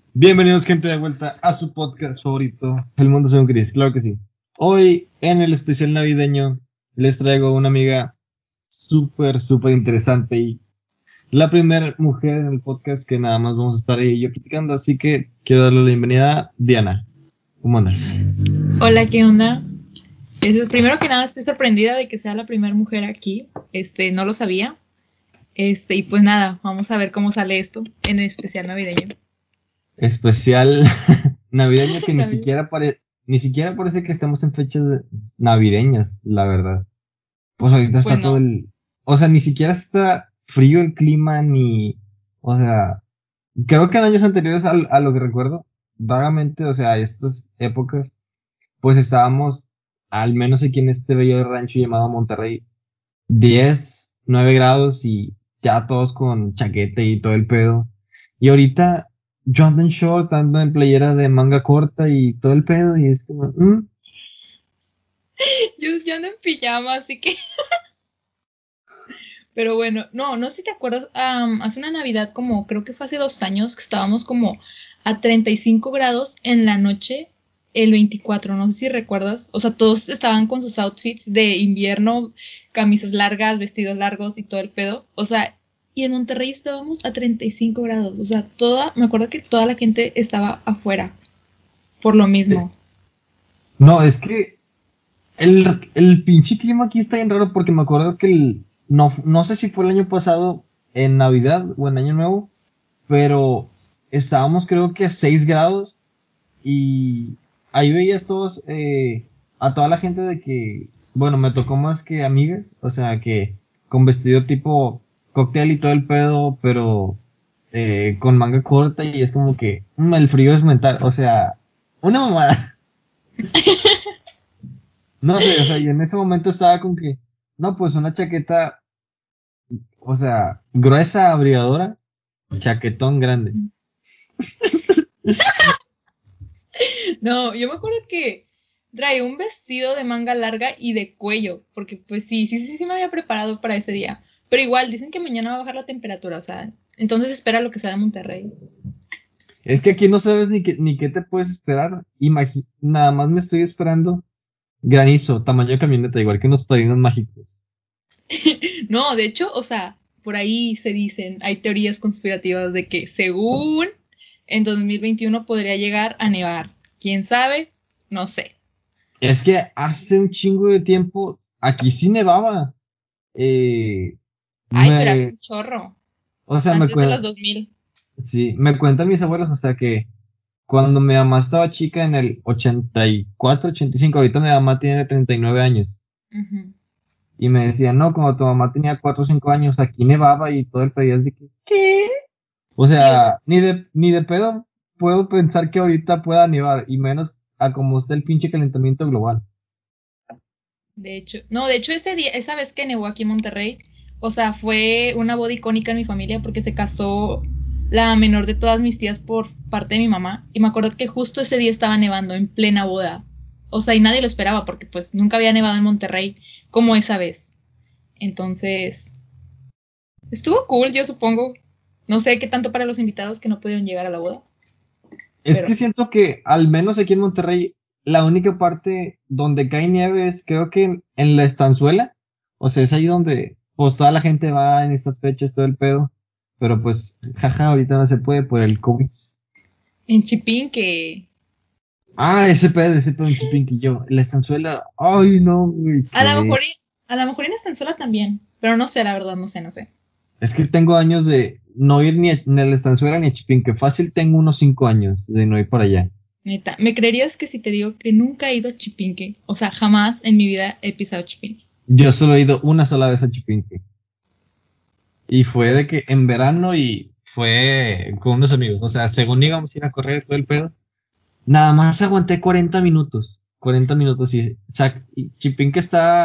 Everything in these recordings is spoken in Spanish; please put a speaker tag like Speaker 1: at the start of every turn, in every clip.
Speaker 1: Bienvenidos, gente, de vuelta a su podcast favorito, El Mundo Según Chris. Claro que sí. Hoy, en el especial navideño, les traigo una amiga súper interesante y la primera mujer en el podcast que nada más vamos a estar ella y yo platicando. Así que quiero darle la bienvenida a Diana. ¿Cómo andas?
Speaker 2: Hola, ¿qué onda? Primero que nada, estoy sorprendida de que sea la primera mujer aquí. No lo sabía. Y pues nada, vamos a ver cómo sale esto en el especial navideño.
Speaker 1: Especial navideño que
Speaker 2: Navidad.
Speaker 1: ni siquiera parece que estamos en fechas navideñas, la verdad. Pues ahorita
Speaker 2: Pues
Speaker 1: está todo
Speaker 2: no.
Speaker 1: o sea, ni siquiera está frío el clima, o sea, creo que en años anteriores a lo que recuerdo, vagamente, o sea, estas épocas, pues estábamos, al menos aquí en este bello rancho llamado Monterrey, 10 9 grados y ya todos con chaqueta y todo el pedo. Y ahorita yo ando en short, ando en playera de manga corta y todo el pedo, y es como,
Speaker 2: Yo ando en pijama, así que. Pero bueno, no sé si te acuerdas, hace una Navidad como, creo que fue hace 2 años, que estábamos como a 35 grados en la noche, el 24, no sé si recuerdas. O sea, todos estaban con sus outfits de invierno, camisas largas, vestidos largos y todo el pedo. O sea, y en Monterrey estábamos a 35 grados. O sea, me acuerdo que toda la gente estaba afuera, por lo
Speaker 1: eh,
Speaker 2: mismo.
Speaker 1: no, es que el pinche clima aquí está bien raro porque me acuerdo que no sé si fue el año pasado en Navidad o en Año Nuevo, pero estábamos creo que a 6 grados y ahí veías a toda la gente de que, bueno, me tocó más que amigas, o sea, que con vestido tipo cóctel y todo el pedo, pero con manga corta y es como que el frío es mental, o sea, una mamada. No sé, o sea, y en ese momento estaba con que, no, pues una chaqueta, o sea, gruesa, abrigadora, chaquetón grande.
Speaker 2: No, yo me acuerdo que traía un vestido de manga larga y de cuello, porque pues sí me había preparado para ese día. Pero igual, dicen que mañana va a bajar la temperatura, o sea, entonces espera lo que sea de Monterrey.
Speaker 1: Es que aquí no sabes ni qué te puedes esperar. Nada más me estoy esperando granizo, tamaño de camioneta, igual que unos padrinos mágicos.
Speaker 2: No, de hecho, o sea, por ahí se dicen, hay teorías conspirativas de que según en 2021 podría llegar a nevar. ¿Quién sabe? No sé.
Speaker 1: Es que hace un chingo de tiempo, aquí sí nevaba. Eh,
Speaker 2: Ay, pero hace
Speaker 1: me,
Speaker 2: un chorro,
Speaker 1: o sea,
Speaker 2: antes de los 2000.
Speaker 1: sí, me cuentan mis abuelos, o sea que cuando mi mamá estaba chica en el 84, 85, ahorita mi mamá tiene 39 años.
Speaker 2: Ujú.
Speaker 1: Y me decían, no, cuando tu mamá tenía 4 o 5 años, aquí nevaba y todo el pedía así que, ¿qué? O
Speaker 2: Sí, o sea,
Speaker 1: sea, ni de pedo puedo pensar que ahorita pueda nevar, y menos a como está el pinche calentamiento global.
Speaker 2: de hecho, no, de hecho ese día, esa vez que nevó aquí en Monterrey, o sea, fue una boda icónica en mi familia porque se casó la menor de todas mis tías por parte de mi mamá y me acuerdo que justo ese día estaba nevando en plena boda. O sea, y nadie lo esperaba porque pues nunca había nevado en Monterrey como esa vez. Entonces, estuvo cool, yo supongo. No sé qué tanto para los invitados que no pudieron llegar a la boda,
Speaker 1: Es
Speaker 2: pero
Speaker 1: que siento que, al menos aquí en Monterrey, la única parte donde cae nieve es, creo que en la estanzuela. O sea, es ahí donde, pues, toda la gente va en estas fechas, todo el pedo. Pero pues, jaja, ahorita no se puede por el COVID.
Speaker 2: en Chipín que
Speaker 1: Ah, ese pedo en Chipinquillo. La estanzuela, ay, no, güey,
Speaker 2: a lo
Speaker 1: fue.
Speaker 2: mejor a lo mejor en Estanzuela también, pero no sé, la verdad, no sé.
Speaker 1: Es que tengo años de no ir ni a la estanzuela ni a Chipinque. Fácil tengo unos 5 años de no ir para allá.
Speaker 2: Neta, ¿me creerías que si te digo que nunca he ido a Chipinque? O sea, jamás en mi vida he pisado Chipinque.
Speaker 1: Yo solo he ido una sola vez a Chipinque. Y fue de que en verano y fue con unos amigos. O sea, según íbamos a ir a correr todo el pedo, nada más aguanté 40 minutos. 40 minutos y Chipinque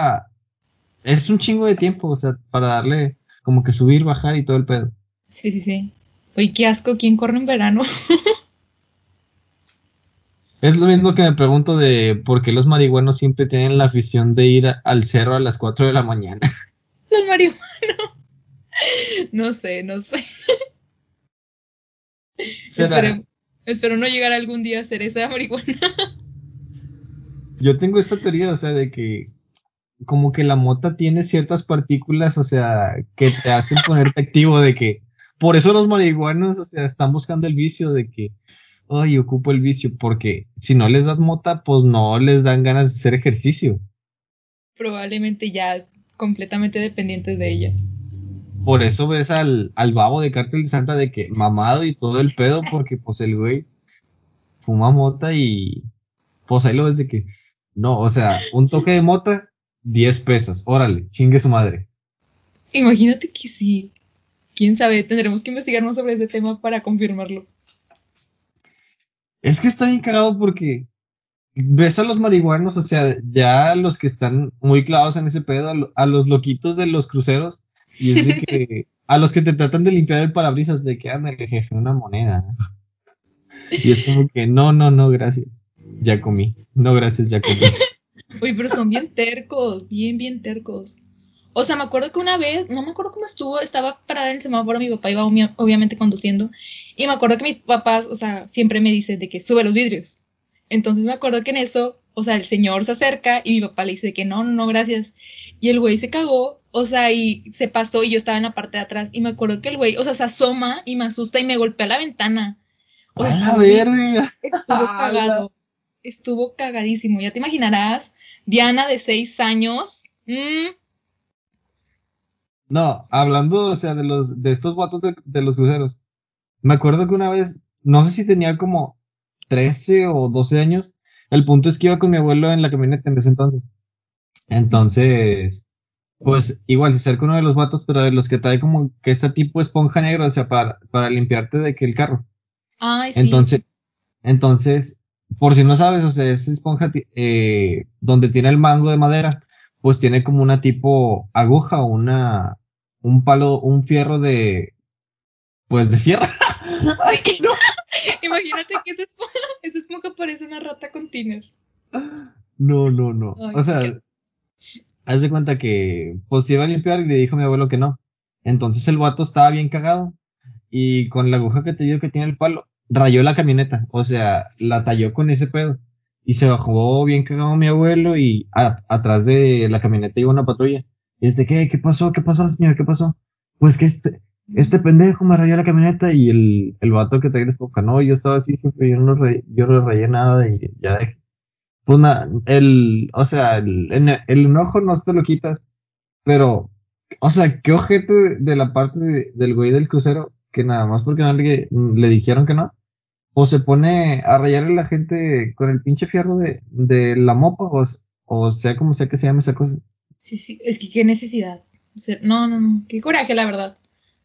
Speaker 1: es un chingo de tiempo, o sea, para darle como que subir, bajar y todo el pedo.
Speaker 2: Sí. Oye, qué asco, ¿quién corre en verano?
Speaker 1: Es lo mismo que me pregunto de por qué los marihuanos siempre tienen la afición de ir al cerro a las 4 de la mañana.
Speaker 2: Los marihuanos. No sé.
Speaker 1: ¿Será?
Speaker 2: Esperemos. Espero no llegar algún día a hacer esa marihuana.
Speaker 1: Yo tengo esta teoría, o sea, de que como que la mota tiene ciertas partículas, o sea, que te hacen ponerte activo, de que por eso los marihuanos, o sea, están buscando el vicio de que, ay, ocupo el vicio, porque si no les das mota, pues no les dan ganas de hacer ejercicio.
Speaker 2: Probablemente ya completamente dependientes de ella.
Speaker 1: Por eso ves al babo de Cártel de Santa de que mamado y todo el pedo, porque pues el güey fuma mota y pues ahí lo ves de que, no, o sea, un toque de mota, 10 pesos, órale, chingue su madre.
Speaker 2: Imagínate que sí. Quién sabe, tendremos que investigar más sobre ese tema para confirmarlo.
Speaker 1: Es que está bien cagado porque ves a los marihuanos, o sea, ya los que están muy clavados en ese pedo, a los loquitos de los cruceros, y es de que, a los que te tratan de limpiar el parabrisas, de que ándale, jefe, una moneda. Y es como que, no, no, no, gracias, ya comí. No, gracias, ya comí.
Speaker 2: Uy, pero son bien tercos, bien, bien tercos. O sea, me acuerdo que una vez, no me acuerdo cómo estuvo, estaba parada en el semáforo, mi papá iba obviamente conduciendo, y me acuerdo que mis papás, o sea, siempre me dicen de que sube los vidrios. Entonces me acuerdo que en eso, o sea, el señor se acerca y mi papá le dice de que no, no, no, gracias. Y el güey se cagó, o sea, y se pasó y yo estaba en la parte de atrás, y me acuerdo que el güey, o sea, se asoma y me asusta y me golpea la ventana. O
Speaker 1: A
Speaker 2: sea,
Speaker 1: la
Speaker 2: estuvo bien,
Speaker 1: verga.
Speaker 2: estuvo cagado, estuvo cagadísimo. Ya te imaginarás, Diana de 6 años.
Speaker 1: No, hablando, o sea, de estos vatos de los cruceros. Me acuerdo que una vez, no sé si tenía como 13 o 12 años. El punto es que iba con mi abuelo en la camioneta en ese entonces. Entonces, pues igual se acerca uno de los vatos, pero de los que trae como que este tipo de esponja negra, o sea, para limpiarte de que el carro.
Speaker 2: Ay, sí.
Speaker 1: Entonces, entonces, por si no sabes, o sea, esa esponja donde tiene el mango de madera, pues tiene como una tipo aguja o un palo, un fierro pues de fierro.
Speaker 2: Sí.
Speaker 1: Ay, no.
Speaker 2: Imagínate que esa esponja parece una rata con tiner.
Speaker 1: No, no, no.
Speaker 2: Ay,
Speaker 1: O sea, haz de cuenta que pues iba a limpiar y le dijo a mi abuelo que no. Entonces el vato estaba bien cagado y con la aguja que te digo que tiene el palo, rayó la camioneta. O sea, la talló con ese pedo. Y se bajó bien cagado mi abuelo y atrás de la camioneta iba una patrulla. Y es de, ¿qué pasó? ¿Qué pasó, señor? ¿Qué pasó? Pues que este pendejo me rayó la camioneta y el vato que trae la esponja, no, yo estaba así, jefe, yo no rayé nada y ya dejé. Pues o sea, el enojo no te lo quitas, pero, o sea, qué ojete de la parte del güey del crucero, que nada más porque no le dijeron que no, o se pone a rayarle a la gente con el pinche fierro de la mopa, o sea, como sea que se llame esa cosa.
Speaker 2: sí, sí, es que qué necesidad. O sea, no, no, no, qué coraje, la verdad.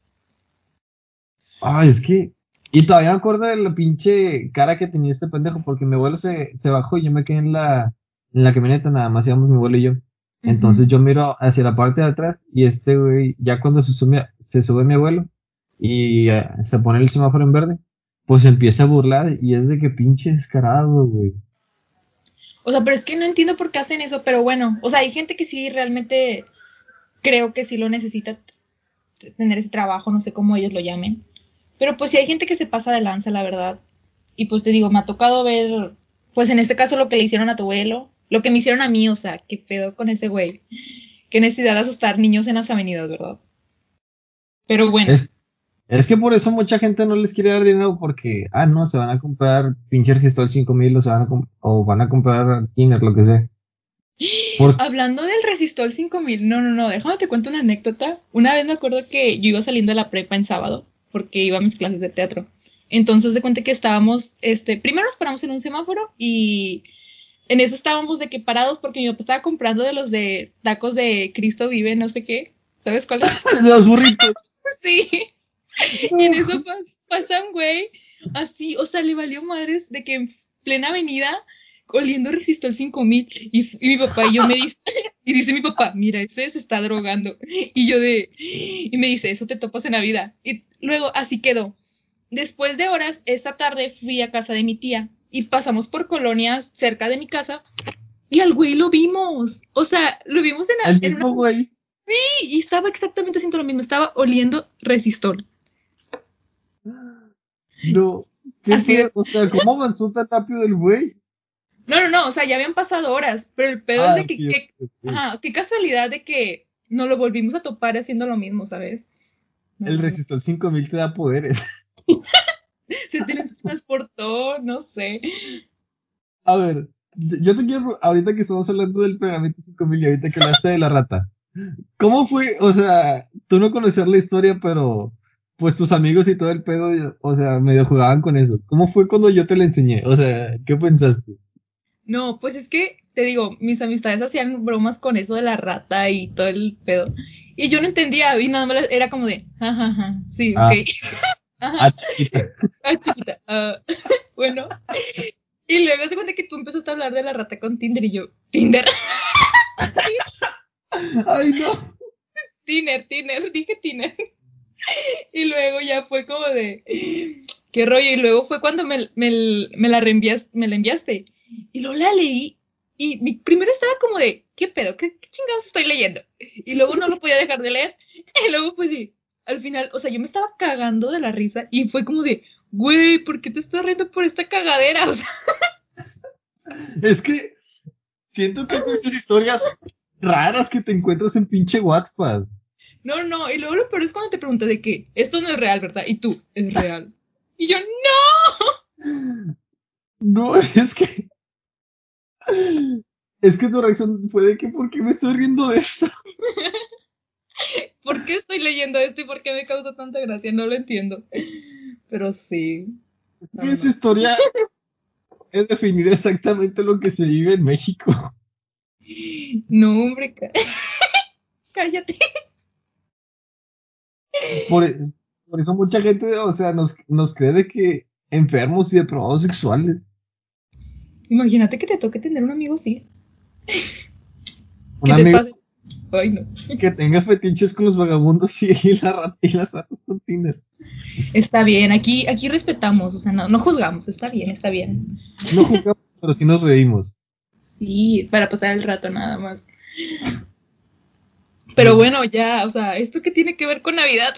Speaker 1: Ay, es que, y todavía me acuerdo de la pinche cara que tenía este pendejo, porque mi abuelo se bajó y yo me quedé en la camioneta, nada más íbamos mi abuelo y yo.
Speaker 2: Ujú.
Speaker 1: Entonces yo miro hacia la parte de atrás y este güey, ya cuando se sube mi abuelo y se pone el semáforo en verde, pues empieza a burlar y es de que pinche descarado, güey.
Speaker 2: O sea, pero es que no entiendo por qué hacen eso, pero bueno, o sea, hay gente que sí realmente creo que sí lo necesita tener ese trabajo, no sé cómo ellos lo llamen. Pero pues sí hay gente que se pasa de lanza, la verdad. Y pues te digo, me ha tocado ver, pues en este caso lo que le hicieron a tu abuelo, lo que me hicieron a mí, o sea, qué pedo con ese güey. Qué necesidad de asustar niños en las avenidas, ¿verdad? Pero bueno,
Speaker 1: Es, es que por eso mucha gente no les quiere dar dinero porque, no, se van a comprar pinche registro del 5000 o, o van a comprar Tiner, lo que sea. Por,
Speaker 2: hablando del Resistol 5000, no, no, no, déjame te cuento una anécdota. Una vez me acuerdo que yo iba saliendo de la prepa en sábado, porque iba a mis clases de teatro. Entonces de cuenta que estábamos, primero nos paramos en un semáforo y en eso estábamos de que parados porque mi papá estaba comprando de los de tacos de Cristo vive, no sé qué. ¿Sabes cuáles?
Speaker 1: los burritos.
Speaker 2: Sí. Y en eso pasa un güey así, o sea, le valió madres de que en plena avenida oliendo Resistol 5000 y mi papá y yo me dice, y dice mi papá, mira, ese se está drogando. Y me dice, eso te topas en la vida. Y luego así quedó. Después de horas, esa tarde fui a casa de mi tía y pasamos por colonias cerca de mi casa y al güey lo vimos. O sea, lo vimos
Speaker 1: El
Speaker 2: en una...
Speaker 1: mismo güey.
Speaker 2: Y estaba exactamente haciendo lo mismo, estaba oliendo Resistol.
Speaker 1: No. ¿Qué
Speaker 2: Así
Speaker 1: pedo?
Speaker 2: es.
Speaker 1: O sea, ¿cómo avanzó tan rápido el güey?
Speaker 2: No, no, no, o sea, ya habían pasado horas, pero el pedo es
Speaker 1: Ah,
Speaker 2: de
Speaker 1: ok,
Speaker 2: que,
Speaker 1: ok, ok.
Speaker 2: ajá, qué casualidad de que nos lo volvimos a topar haciendo lo mismo, ¿sabes? No,
Speaker 1: El
Speaker 2: no, no.
Speaker 1: Resistol 5000 te da poderes.
Speaker 2: Se transportó, no sé.
Speaker 1: A ver, yo te quiero, ahorita que estamos hablando del pegamento 5000 y ahorita que hablaste de la rata, ¿cómo fue? O sea, tú no conocías la historia, pero pues tus amigos y todo el pedo, o sea, medio jugaban con eso. ¿Cómo fue cuando yo te la enseñé? O sea, ¿qué pensaste?
Speaker 2: No, pues es que, te digo, mis amistades hacían bromas con eso de la rata y todo el pedo. Y yo no entendía, y nada más era como de, jajaja, sí, ok.
Speaker 1: Ah,
Speaker 2: Ajá,
Speaker 1: ah, chiquita.
Speaker 2: ah, chiquita, bueno. Y luego se cuenta que tú empezaste a hablar de la rata con Tinder y yo, Tinder,
Speaker 1: Ay, no.
Speaker 2: Tinder, dije Tinder. Y luego ya fue como de, qué rollo. Y luego fue cuando me la enviaste. Y luego la leí. Y mi primero estaba como de, ¿qué pedo? ¿Qué chingados estoy leyendo? Y luego no lo podía dejar de leer. Y luego pues sí, al final, o sea, yo me estaba cagando de la risa. Y fue como de, güey, ¿por qué te estás riendo por esta cagadera? O sea,
Speaker 1: Es que siento que es de esas historias raras que te encuentras en pinche Wattpad.
Speaker 2: no, no. Y luego lo peor es cuando te pregunté de que esto no es real, ¿verdad? Y tú, es real. Y yo, no.
Speaker 1: No, es que tu reacción fue de que, ¿por qué me estoy riendo de esto?
Speaker 2: ¿Por qué estoy leyendo esto y por qué me causa tanta gracia? No lo entiendo. Pero sí.
Speaker 1: Es
Speaker 2: No,
Speaker 1: que
Speaker 2: no,
Speaker 1: esa
Speaker 2: no.
Speaker 1: historia es definir exactamente lo que se vive en México.
Speaker 2: No, hombre, cállate.
Speaker 1: Por, por eso mucha gente, o sea, nos cree de que enfermos y depravados sexuales.
Speaker 2: Imagínate que te toque tener un amigo así.
Speaker 1: Un
Speaker 2: Que te
Speaker 1: amigo
Speaker 2: pase. Ay, no.
Speaker 1: que tenga fetiches con los vagabundos y las ratas con Tinder.
Speaker 2: Está bien, aquí respetamos, o sea, no, no juzgamos, está bien, está bien.
Speaker 1: No juzgamos, pero sí nos reímos.
Speaker 2: Sí, para pasar el rato nada más. Pero
Speaker 1: Mm.
Speaker 2: bueno, ya, o sea, ¿esto qué tiene que ver con Navidad?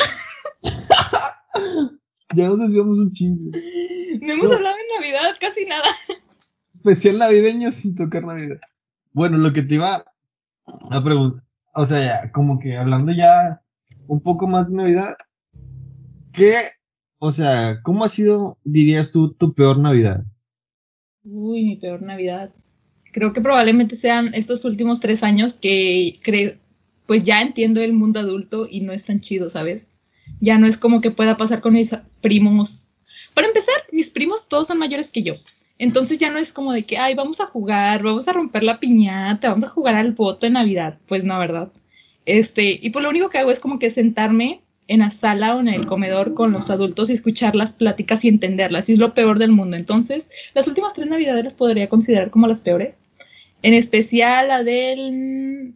Speaker 1: Ya nos desviamos un chingo.
Speaker 2: No hemos
Speaker 1: No,
Speaker 2: hablado de Navidad, casi nada.
Speaker 1: especial navideño sin tocar Navidad. Bueno, lo que te iba a preguntar, o sea, ya, como que hablando ya un poco más de Navidad, ¿qué, o sea, cómo ha sido, dirías tú, tu peor Navidad?
Speaker 2: Uy, mi peor Navidad. Creo que probablemente sean estos últimos 3 años que pues ya entiendo el mundo adulto y no es tan chido, ¿sabes? Ya no es como que pueda pasar con mis primos. Para empezar, mis primos todos son mayores que yo. Entonces ya no es como de que, ay, vamos a jugar, vamos a romper la piñata, vamos a jugar al voto de Navidad. Pues no, ¿verdad? Y pues lo único que hago es como que sentarme en la sala o en el comedor con los adultos y escuchar las pláticas y entenderlas. Y es lo peor del mundo. Entonces, las últimas 3 Navidades las podría considerar como las peores. En especial la del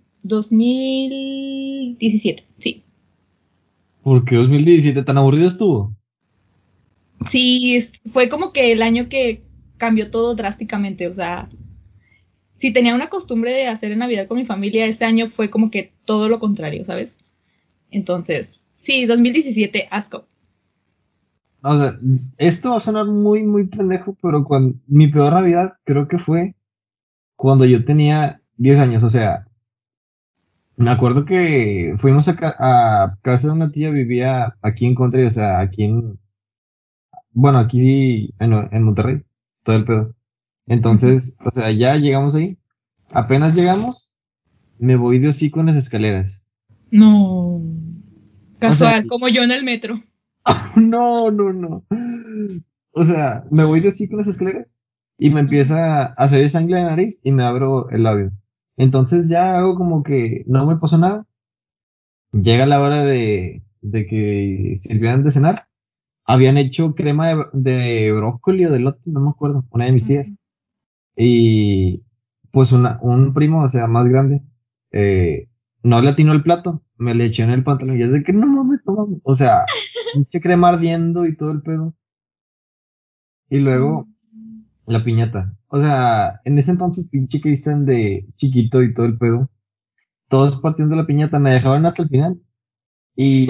Speaker 2: 2017. Sí.
Speaker 1: ¿Por qué 2017 tan aburrido estuvo?
Speaker 2: Sí, fue como que el año que cambió todo drásticamente. O sea, si tenía una costumbre de hacer en Navidad con mi familia, ese año fue como que todo lo contrario, ¿sabes? Entonces, sí, 2017, asco.
Speaker 1: O sea, esto va a sonar muy, muy pendejo, pero cuando, mi peor Navidad creo que fue cuando yo tenía 10 años. O sea, me acuerdo que fuimos a casa de una tía, vivía aquí en Country, o sea, bueno, aquí en Monterrey, todo el pedo.
Speaker 2: Ujú.
Speaker 1: Entonces, o sea, ya llegamos ahí. Apenas llegamos, me voy de hocico en las escaleras.
Speaker 2: No.
Speaker 1: O sea,
Speaker 2: Casual, como yo en el metro.
Speaker 1: no, no, no. O sea, me voy de hocico en las escaleras y me empieza a salir sangre en la nariz y me abro el labio. Entonces ya hago como que no me pasó nada. Llega la hora de que sirvieran de cenar. Habían hecho crema de brócoli o de lote, no me acuerdo, una de mis tías. Y pues un primo, o sea, más grande, no le atinó el plato, me le eché en el pantalón y es de que no mames, no mames. O sea, pinche crema ardiendo y todo el pedo. Y luego la piñata. O sea, en ese entonces pinche Cristian de chiquito y todo el pedo. Todos partiendo la piñata, me dejaron hasta el final.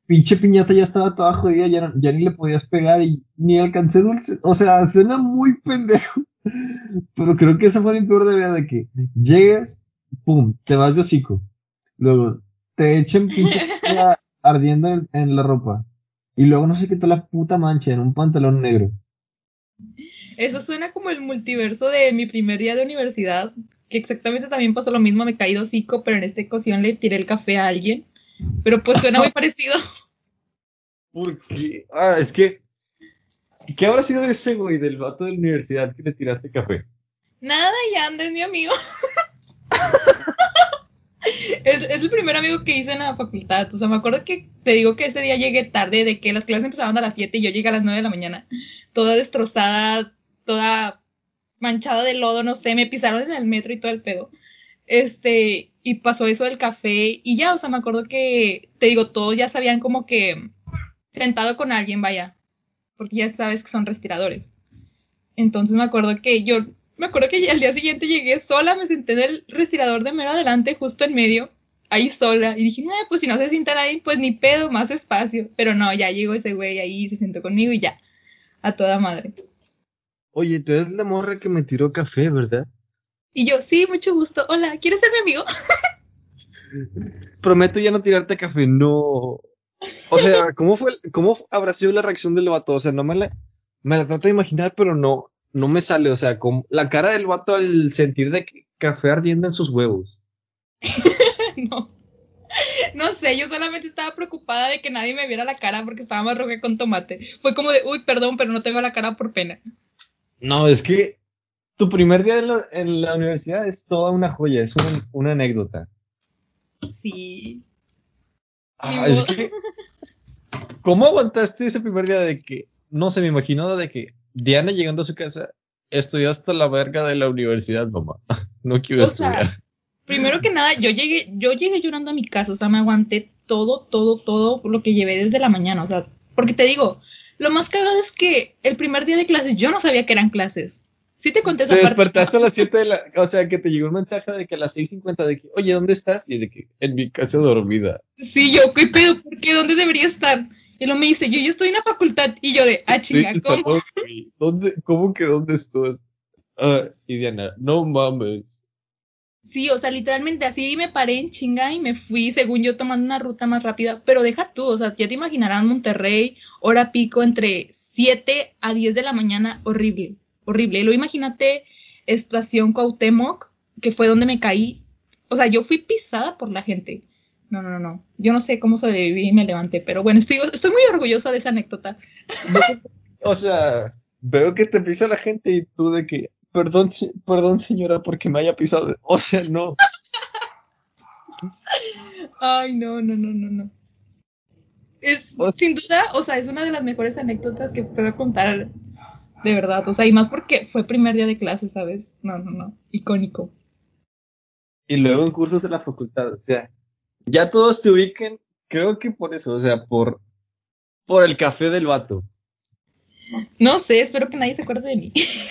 Speaker 1: pinche piñata ya estaba toda jodida, ya ni le podías pegar y ni alcancé dulce. O sea, suena muy pendejo. Pero creo que esa fue mi peor idea de que llegues, pum, te vas de hocico. Luego te echen pinche comida ardiendo en la ropa. Y luego no sé qué toda la puta mancha en un pantalón negro.
Speaker 2: Eso suena como el multiverso de mi primer día de universidad, que exactamente también pasó lo mismo, me caí de hocico, pero en esta ocasión le tiré el café a alguien. Pero pues suena muy parecido.
Speaker 1: Porque, es que, ¿qué habrá sido de ese güey, del vato de la universidad que le tiraste café?
Speaker 2: Nada, ya anda, es mi amigo. Es el primer amigo que hice en la facultad. O sea, me acuerdo que te digo que ese día llegué tarde, de que las clases empezaban a las 7 y yo llegué a las 9 de la mañana, toda destrozada, toda manchada de lodo, no sé, me pisaron en el metro y todo el pedo. Y pasó eso del café y ya, o sea, me acuerdo que, te digo, todos ya sabían como que sentado con alguien, vaya, porque ya sabes que son respiradores. Entonces me acuerdo que al día siguiente llegué sola, me senté en el respirador de mero adelante, justo en medio, ahí sola, y dije, pues si no se sienta nadie, pues ni pedo, más espacio. Pero no, ya llegó ese güey ahí, se sentó conmigo y ya, a toda madre.
Speaker 1: Oye, tú eres la morra que me tiró café, ¿verdad?
Speaker 2: Y yo, sí, mucho gusto, hola, ¿quieres ser mi amigo?
Speaker 1: Prometo ya no tirarte café, no. O sea, cómo habrá sido la reacción del vato? O sea, me la trato de imaginar, pero no me sale. O sea, la cara del vato al sentir de café ardiendo en sus huevos.
Speaker 2: No, no sé, yo solamente estaba preocupada de que nadie me viera la cara porque estaba más roja con tomate. Fue como de, uy, perdón, pero no tengo la cara por pena.
Speaker 1: No, es que tu primer día en la universidad es toda una joya, es una anécdota.
Speaker 2: Sí, ni
Speaker 1: Es
Speaker 2: modo.
Speaker 1: que, ¿cómo aguantaste ese primer día de que, no sé, me imagino de que Diana llegando a su casa, estoy hasta la verga de la universidad, mamá. No quiero
Speaker 2: O
Speaker 1: estudiar.
Speaker 2: sea, primero que nada, yo llegué llorando a mi casa, o sea, me aguanté todo lo que llevé desde la mañana, o sea, porque te digo, lo más cagado es que el primer día de clases yo no sabía que eran clases. Sí te conté
Speaker 1: Te
Speaker 2: esa parte, ¿no?
Speaker 1: despertaste a las 7 o sea, que te llegó un mensaje de que a las 6:50 de que, oye, ¿dónde estás? Y de que, en mi casa dormida.
Speaker 2: Sí, yo, ¿qué pedo? ¿Por qué? ¿Dónde debería estar? Y luego me dice, yo estoy en la facultad. Y yo de,
Speaker 1: Estoy en
Speaker 2: chinga,
Speaker 1: el
Speaker 2: ¿cómo?
Speaker 1: salón, güey. ¿Cómo que dónde estás? Y Diana, no mames.
Speaker 2: Sí, o sea, literalmente así me paré en chinga y me fui, según yo, tomando una ruta más rápida. Pero deja tú, o sea, ya te imaginarás Monterrey, hora pico, entre 7 a 10 de la mañana, horrible, horrible. Y luego imagínate Estación Cuauhtémoc, que fue donde me caí. O sea, yo fui pisada por la gente. No, no, no, no. Yo no sé cómo sobreviví y me levanté, pero bueno, estoy muy orgullosa de esa anécdota.
Speaker 1: No, o sea, veo que te pisa la gente y tú de que, perdón, perdón señora, porque me haya pisado. O sea, no.
Speaker 2: Ay, no, no, no, no, no. Es
Speaker 1: O-
Speaker 2: sin duda, o sea, es una de las mejores anécdotas que puedo contar de verdad, o sea, y más porque fue primer día de clase, ¿sabes? No, no, no, icónico.
Speaker 1: y luego en cursos de la facultad, o sea, ya todos te ubiquen, creo que por eso, o sea, por el café del vato.
Speaker 2: No sé, espero que nadie se acuerde de mí.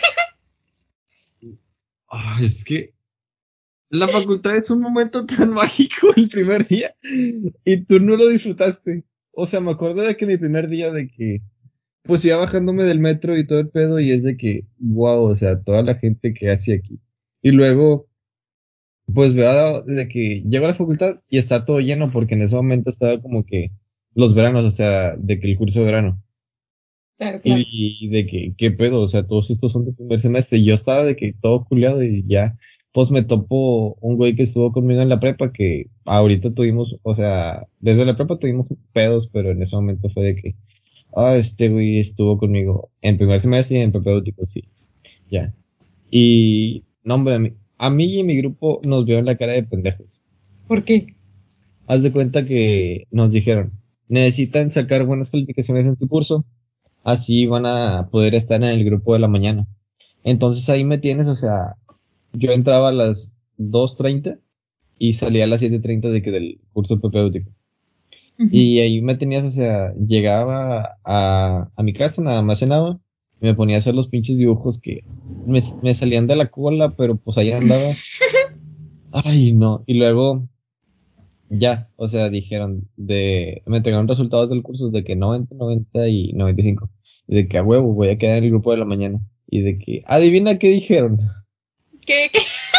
Speaker 1: Es que la facultad es un momento tan mágico el primer día y tú no lo disfrutaste. O sea, me acuerdo de que mi primer día de que, pues iba bajándome del metro y todo el pedo y es de que, wow, o sea, toda la gente que hace aquí. Y luego, pues veo de que llego a la facultad y está todo lleno porque en ese momento estaba como que los veranos, o sea, de que el curso de verano.
Speaker 2: Claro, claro.
Speaker 1: Y de que, ¿qué pedo? O sea, todos estos son de primer semestre. Y yo estaba de que todo culiado y ya. Pues me topo un güey que estuvo conmigo en la prepa que ahorita tuvimos, o sea, desde la prepa tuvimos pedos, pero en ese momento fue de que, este güey estuvo conmigo en primer semestre y en propedéutico, sí, ya. Y, no, hombre, a mí y mi grupo nos vio en la cara de pendejos.
Speaker 2: ¿Por qué?
Speaker 1: Haz de cuenta que nos dijeron, necesitan sacar buenas calificaciones en su curso, así van a poder estar en el grupo de la mañana. Entonces ahí me tienes, o sea, yo entraba a las 2:30 y salía a las 7:30 de que del curso propedéutico.
Speaker 2: Ujú.
Speaker 1: Y ahí me tenías, o sea, llegaba a mi casa, nada más cenaba, y me ponía a hacer los pinches dibujos que me salían de la cola, pero pues ahí andaba. Ay, no. Y luego Ya, o sea, dijeron me entregaron resultados del curso de que 90, 90 y 95. Y de que a huevo voy a quedar en el grupo de la mañana. Y de que, adivina qué dijeron.
Speaker 2: ¿Qué?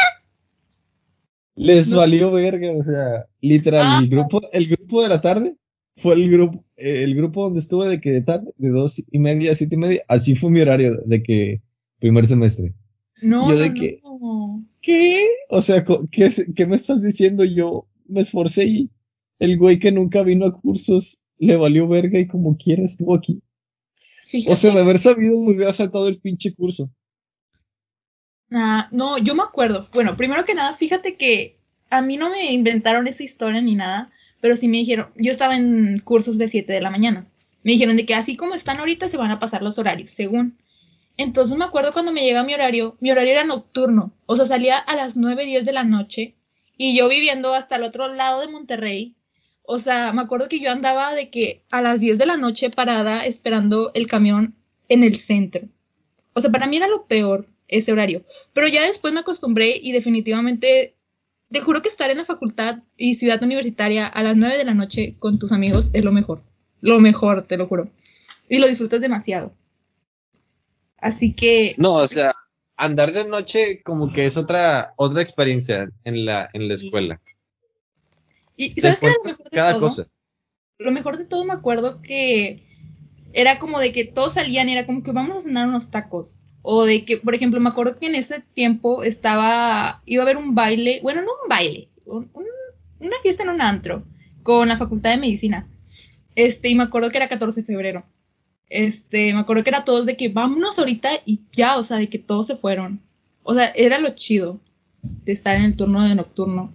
Speaker 1: Les
Speaker 2: No.
Speaker 1: valió verga, o sea, literal,
Speaker 2: Ah,
Speaker 1: el grupo de la tarde fue el grupo donde estuve de que de tarde, de 2:30 a 7:30, así fue mi horario de que primer semestre. Y
Speaker 2: no,
Speaker 1: yo
Speaker 2: no,
Speaker 1: de que,
Speaker 2: no.
Speaker 1: ¿qué? O sea, ¿qué me estás diciendo? Yo me esforcé y el güey que nunca vino a cursos le valió verga y como quiera estuvo aquí. O sea,
Speaker 2: Fíjate.
Speaker 1: de haber sabido me hubiera saltado el pinche curso.
Speaker 2: Ah, no, yo me acuerdo. Bueno, primero que nada, fíjate que a mí no me inventaron esa historia ni nada, pero sí me dijeron, yo estaba en cursos de 7 de la mañana. Me dijeron de que así como están ahorita se van a pasar los horarios, según. Entonces me acuerdo cuando me llega mi horario era nocturno, o sea, salía a las 9:10 de la noche y yo viviendo hasta el otro lado de Monterrey, o sea, me acuerdo que yo andaba de que a las 10 de la noche parada esperando el camión en el centro. O sea, para mí era lo peor ese horario. Pero ya después me acostumbré y definitivamente, te juro que estar en la facultad y ciudad universitaria a las 9 de la noche con tus amigos es lo mejor. Lo mejor, te lo juro. Y lo disfrutas demasiado. Así que,
Speaker 1: No, o sea, andar de noche como que es otra experiencia en la
Speaker 2: y,
Speaker 1: escuela.
Speaker 2: y
Speaker 1: Te
Speaker 2: ¿sabes qué era lo
Speaker 1: encuentras con
Speaker 2: mejor de
Speaker 1: cada
Speaker 2: todo?
Speaker 1: cosa.
Speaker 2: Lo mejor de todo me acuerdo que era como de que todos salían y era como que vamos a cenar unos tacos. O de que, por ejemplo, me acuerdo que en ese tiempo iba a haber un baile, bueno, no un baile, una fiesta en un antro con la Facultad de Medicina. Y me acuerdo que era 14 de febrero. Me acuerdo que era todos de que vámonos ahorita y ya, o sea, de que todos se fueron. O sea, era lo chido de estar en el turno de nocturno.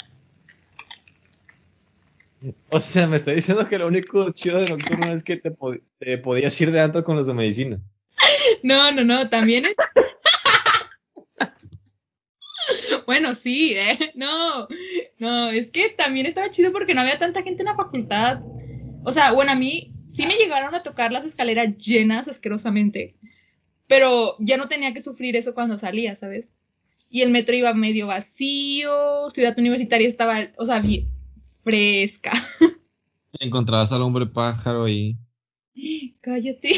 Speaker 1: O sea, me está diciendo que lo único chido de nocturno es que te podías ir de antro con los de medicina.
Speaker 2: No, no, no, también es, bueno, sí, no, no, es que también estaba chido porque no había tanta gente en la facultad. O sea, bueno, a mí sí me llegaron a tocar las escaleras llenas asquerosamente, pero ya no tenía que sufrir eso cuando salía, ¿sabes? Y el metro iba medio vacío, Ciudad Universitaria estaba, o sea, fresca.
Speaker 1: Encontrabas al hombre pájaro y
Speaker 2: Cállate.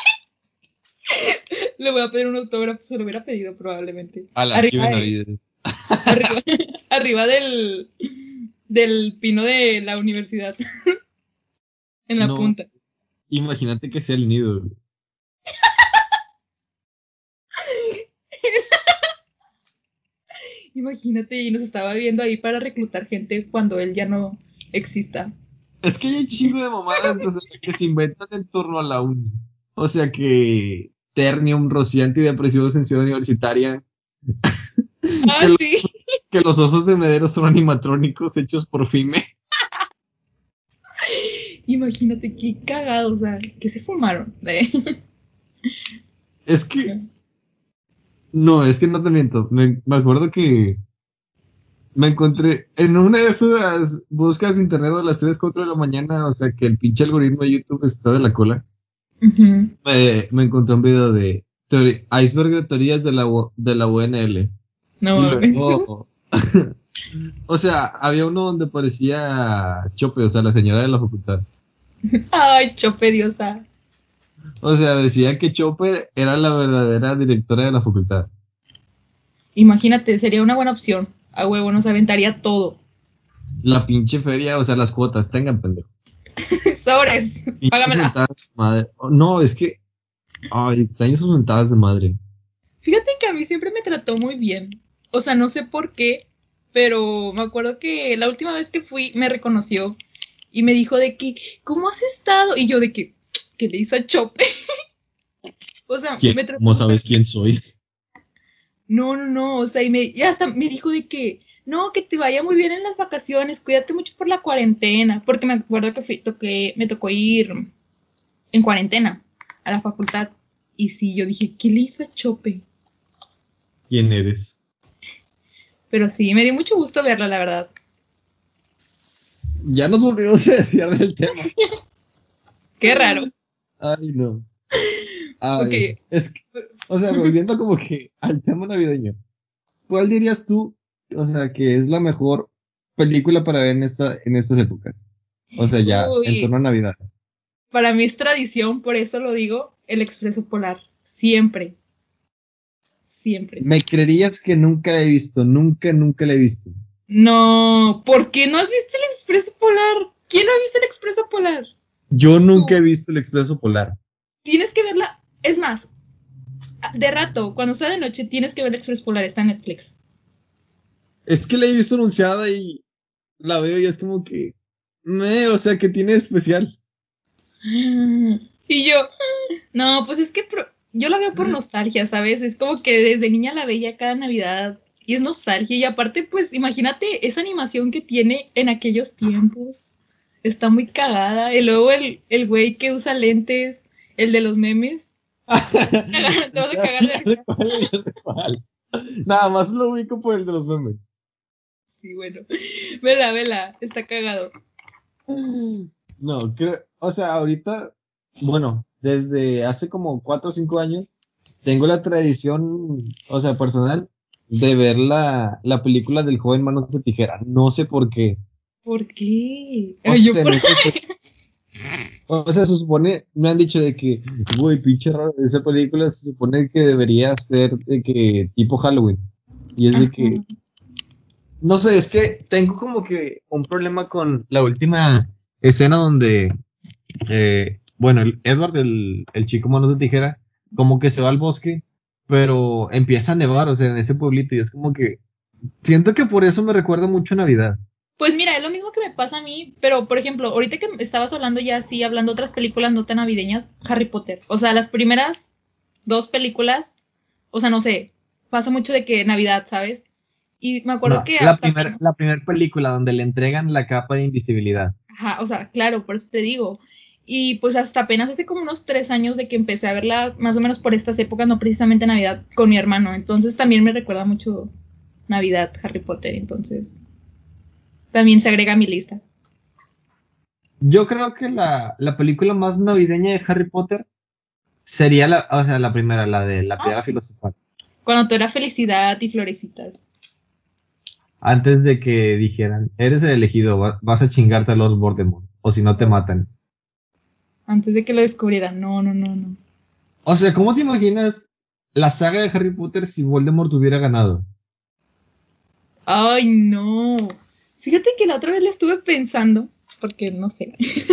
Speaker 2: Le voy a pedir un autógrafo, se lo hubiera pedido probablemente.
Speaker 1: a la que
Speaker 2: Arriba,
Speaker 1: Benavides.
Speaker 2: arriba, arriba del pino de la universidad, en la
Speaker 1: No,
Speaker 2: punta.
Speaker 1: imagínate que sea el nido.
Speaker 2: Imagínate, y nos estaba viendo ahí para reclutar gente cuando él ya no exista.
Speaker 1: Es que hay un chingo de mamadas, o sea, que se inventan en torno a la uni. O sea, que Ternium, Rocío antidepresivos en Ciudad Universitaria, que
Speaker 2: Ah,
Speaker 1: los,
Speaker 2: sí.
Speaker 1: que los osos de Medero son animatrónicos hechos por Fime.
Speaker 2: Imagínate qué cagado, o sea, que se fumaron.
Speaker 1: Es que, no, es que no te miento. Me acuerdo que me encontré en una de esas búsquedas de internet a las 3 4 de la mañana, o sea, que el pinche algoritmo de YouTube está de la cola.
Speaker 2: Ujú.
Speaker 1: Me encontré un video de iceberg de teorías de la UNL.
Speaker 2: No
Speaker 1: Y
Speaker 2: mames.
Speaker 1: luego, o sea, había uno donde parecía Chope, o sea, la señora de la facultad.
Speaker 2: Ay, chope diosa.
Speaker 1: O sea, decía que Chopper era la verdadera directora de la facultad.
Speaker 2: Imagínate, sería una buena opción. A huevo, nos aventaría todo.
Speaker 1: La pinche feria, o sea, las cuotas, tengan pendejo.
Speaker 2: Sobres,
Speaker 1: Pinches
Speaker 2: págamela.
Speaker 1: mentadas de madre. Oh, no, es que, ay, extraño sus mentadas de madre.
Speaker 2: Fíjate que a mí siempre me trató muy bien. O sea, no sé por qué, pero me acuerdo que la última vez que fui me reconoció y me dijo de que, ¿cómo has estado? Y yo de que le hizo a Chope. O sea,
Speaker 1: ¿Quién?
Speaker 2: me trató
Speaker 1: ¿Cómo
Speaker 2: súper
Speaker 1: sabes
Speaker 2: bien.
Speaker 1: quién soy?
Speaker 2: No, no, no, o sea, y hasta me dijo de que, no, que te vaya muy bien en las vacaciones, cuídate mucho por la cuarentena, porque me acuerdo que me tocó ir en cuarentena a la facultad. Y sí, yo dije, ¿qué le hizo a Chope?
Speaker 1: ¿Quién eres?
Speaker 2: Pero sí, me dio mucho gusto verla, la verdad.
Speaker 1: Ya nos volvimos a desviar del tema.
Speaker 2: Qué raro.
Speaker 1: Ay, no.
Speaker 2: Ok.
Speaker 1: Ay, o sea, volviendo como que al tema navideño. ¿Cuál dirías tú, o sea, que es la mejor película para ver en estas épocas. O sea, ya, en
Speaker 2: Uy,
Speaker 1: torno a Navidad.
Speaker 2: para mí es tradición, por eso lo digo, el Expreso Polar. Siempre, siempre.
Speaker 1: ¿Me creerías que nunca la he visto? Nunca, nunca la he visto.
Speaker 2: No, ¿por qué no has visto el Expreso Polar? ¿Quién no ha visto el Expreso Polar?
Speaker 1: Yo nunca he
Speaker 2: Tú,
Speaker 1: visto el Expreso Polar.
Speaker 2: tienes que verla. Es más, de rato, cuando sea de noche, tienes que ver el Expreso Polar, está en Netflix.
Speaker 1: Es que la he visto anunciada y la veo y es como que... o sea, que tiene de especial.
Speaker 2: Y yo, no, pues es que yo la veo por nostalgia, ¿sabes? Es como que desde niña la veía cada Navidad y es nostalgia. Y aparte, pues imagínate esa animación que tiene en aquellos tiempos. Está muy cagada. Y luego el güey que usa lentes, el de los memes. Te vas a
Speaker 1: Ya,
Speaker 2: cagar
Speaker 1: sí,
Speaker 2: de
Speaker 1: ya sé
Speaker 2: risa.
Speaker 1: cuál, ya sé cuál. Nada más lo ubico por el de los memes.
Speaker 2: Sí, bueno. Vela, vela, está cagado.
Speaker 1: No, creo, o sea, ahorita, bueno, desde hace como 4 o 5 años, tengo la tradición, o sea, personal, de ver la película del joven Manos de Tijera. No sé por qué.
Speaker 2: ¿Por qué?
Speaker 1: O
Speaker 2: Ay, yo
Speaker 1: sea,
Speaker 2: por...
Speaker 1: neta, o sea, se supone, me han dicho de que, güey, pinche raro, esa película se supone que debería ser de que tipo Halloween. Y es de que,
Speaker 2: Ajá.
Speaker 1: no sé, es que tengo como que un problema con la última escena donde bueno, Edward, el chico manos de tijera, como que se va al bosque, pero empieza a nevar, o sea, en ese pueblito, y es como que siento que por eso me recuerda mucho a Navidad.
Speaker 2: Pues mira, es lo mismo que me pasa a mí, pero por ejemplo, ahorita que estabas hablando ya así, hablando de otras películas no tan navideñas, Harry Potter. O sea, las primeras dos películas, o sea, no sé, pasa mucho de que Navidad, ¿sabes? Y me acuerdo
Speaker 1: No,
Speaker 2: que hasta apenas,
Speaker 1: la primer película donde le entregan la capa de invisibilidad.
Speaker 2: ajá, o sea, claro, por eso te digo. Y pues hasta apenas hace como unos 3 años de que empecé a verla, más o menos por estas épocas, no precisamente Navidad, con mi hermano. Entonces también me recuerda mucho Navidad, Harry Potter, entonces también se agrega a mi lista.
Speaker 1: Yo creo que la película más navideña de Harry Potter sería o sea, la primera, la de la
Speaker 2: Ah,
Speaker 1: piedra
Speaker 2: sí.
Speaker 1: filosofal.
Speaker 2: Cuando todo era felicidad y florecitas.
Speaker 1: Antes de que dijeran, eres el elegido, vas a chingarte a los Voldemort, o si no te matan.
Speaker 2: Antes de que lo descubrieran. No, no, no, no.
Speaker 1: O sea, ¿cómo te imaginas la saga de Harry Potter si Voldemort hubiera ganado?
Speaker 2: Ay, no. Fíjate que la otra vez le estuve pensando, porque no sé,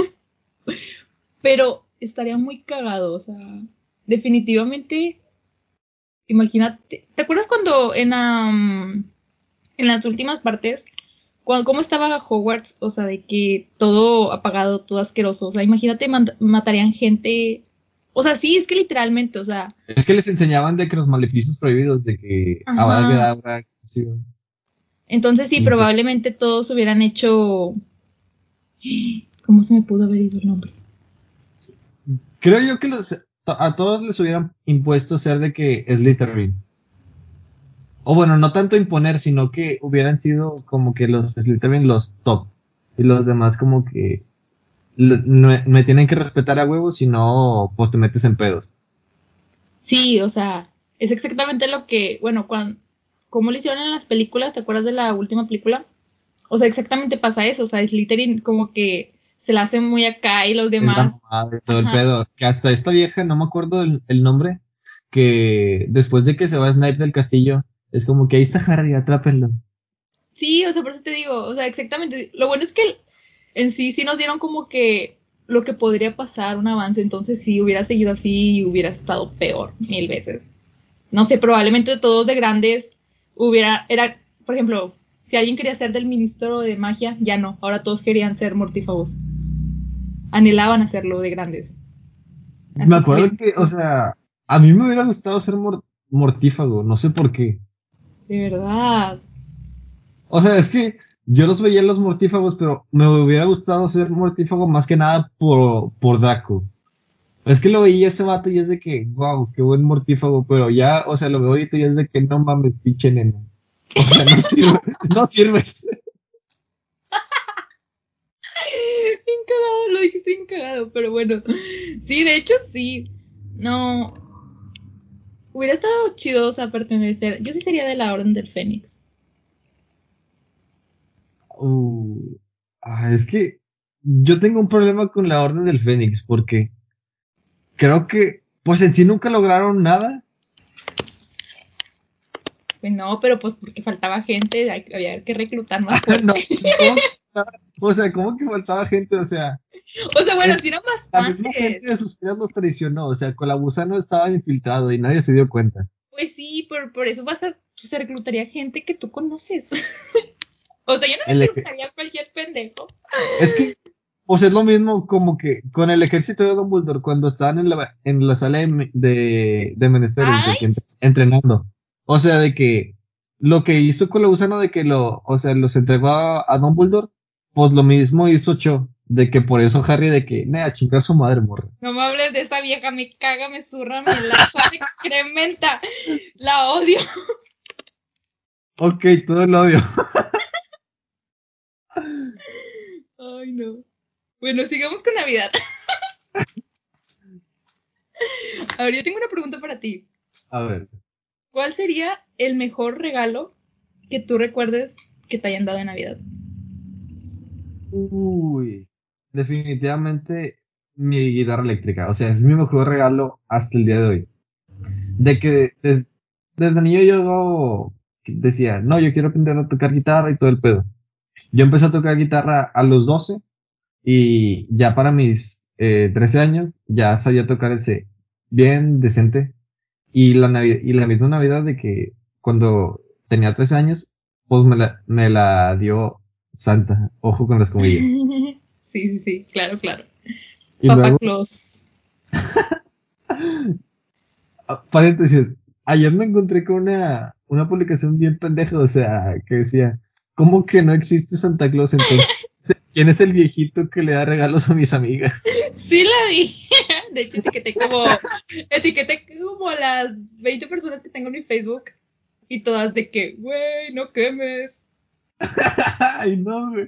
Speaker 2: pero estaría muy cagado, o sea, definitivamente, imagínate, ¿te acuerdas cuando en las últimas partes, cómo estaba Hogwarts, o sea, de que todo apagado, todo asqueroso, o sea, imagínate, matarían gente, o sea, sí, es que literalmente, o sea,
Speaker 1: Es que les enseñaban de que los maleficios prohibidos, de que Avada
Speaker 2: ajá,
Speaker 1: Kedavra, sí,
Speaker 2: entonces sí,
Speaker 1: y pues,
Speaker 2: probablemente todos hubieran hecho, ¿cómo se me pudo haber ido el nombre?
Speaker 1: creo yo que a todos les hubieran impuesto ser de que Slytherin. O bueno, no tanto imponer, sino que hubieran sido como que los Slytherin los top. Y los demás como que me tienen que respetar a huevos, si no, pues te metes en pedos.
Speaker 2: Sí, o sea, es exactamente lo que, bueno, como lo hicieron en las películas, ¿te acuerdas de la última película? O sea, exactamente pasa eso, o sea, Slytherin como que se la hace muy acá y los
Speaker 1: Es la
Speaker 2: demás,
Speaker 1: mamada de todo el
Speaker 2: ajá,
Speaker 1: pedo. Que hasta esta vieja, no me acuerdo el nombre, que después de que se va Snape del castillo, es como que ahí está Harry, atrápenlo.
Speaker 2: sí, o sea, por eso te digo, o sea, exactamente, lo bueno es que en sí, sí nos dieron como que lo que podría pasar, un avance, entonces si hubiera seguido así, hubiera estado peor, 1000 veces. No sé, probablemente todos de grandes era, por ejemplo, si alguien quería ser del ministro de magia, ya no, ahora todos querían ser mortífagos, anhelaban hacerlo de grandes.
Speaker 1: Me
Speaker 2: Así
Speaker 1: acuerdo
Speaker 2: que,
Speaker 1: que, o sea, a mí me hubiera gustado ser mortífago, no sé por qué.
Speaker 2: de verdad,
Speaker 1: O sea, es que yo los veía en los mortífagos, pero me hubiera gustado ser mortífago más que nada por Draco. Es que lo veía ese vato y es de que, wow, qué buen mortífago, pero ya, o sea, lo veo ahorita y es de que no mames, pinche nena. O sea, no sirve, no sirves.
Speaker 2: bien cagado, lo dijiste bien cagado, pero bueno, sí, de hecho sí, no, hubiera estado chido, o sea, pertenecer, yo sí sería de la Orden del Fénix.
Speaker 1: Uh, es que yo tengo un problema con la Orden del Fénix porque creo que, pues en sí nunca lograron nada.
Speaker 2: Pues no, pero pues porque faltaba gente, había que reclutar más fuerte.
Speaker 1: No, ¿cómo que faltaba? O sea, ¿cómo que faltaba gente? O sea,
Speaker 2: O sea, bueno,
Speaker 1: es-
Speaker 2: sí eran
Speaker 1: la misma gente
Speaker 2: bastantes.
Speaker 1: de sus vidas los traicionó. O sea, con la gusano estaba infiltrado y nadie se dio cuenta.
Speaker 2: Pues sí, por eso se reclutaría gente que tú conoces. O sea, yo no
Speaker 1: El ej-
Speaker 2: reclutaría a cualquier pendejo.
Speaker 1: es que, pues es lo mismo como que con el ejército de Dumbledore cuando estaban en la sala de menesteres, de
Speaker 2: Ay,
Speaker 1: que entrenando. O sea, de que lo que hizo con la gusano de que o sea, los entregó a Dumbledore, pues lo mismo hizo Cho, de que por eso Harry de que, a chingar su madre, morra.
Speaker 2: no me hables de esa vieja, me caga, me zurra, me lanza, me excrementa. La odio.
Speaker 1: Ok, todo el odio.
Speaker 2: Ay, no. Bueno, sigamos con Navidad. A ver, yo tengo una pregunta para ti.
Speaker 1: A ver.
Speaker 2: ¿Cuál sería el mejor regalo que tú recuerdes que te hayan dado en Navidad?
Speaker 1: Uy, definitivamente mi guitarra eléctrica. O sea, es mi mejor regalo hasta el día de hoy. De que desde niño yo decía, no, yo quiero aprender a tocar guitarra y todo el pedo. Yo empecé a tocar guitarra a los 12 y ya para mis 13 años ya sabía tocar ese bien decente. Y la misma Navidad de que cuando tenía 13 años, pues me la dio Santa. Ojo con las comillas.
Speaker 2: Sí, sí, sí, claro, claro.
Speaker 1: Y
Speaker 2: Papá
Speaker 1: luego,
Speaker 2: Claus.
Speaker 1: paréntesis, ayer me encontré con una publicación bien pendeja, o sea, que decía, ¿cómo que no existe Santa Claus entonces? ¿Quién es el viejito que le da regalos a mis amigas?
Speaker 2: Sí la vi. De hecho, etiqueté como a las 20 personas que tengo en mi Facebook y todas de que, güey, no quemes.
Speaker 1: Ay, no, güey.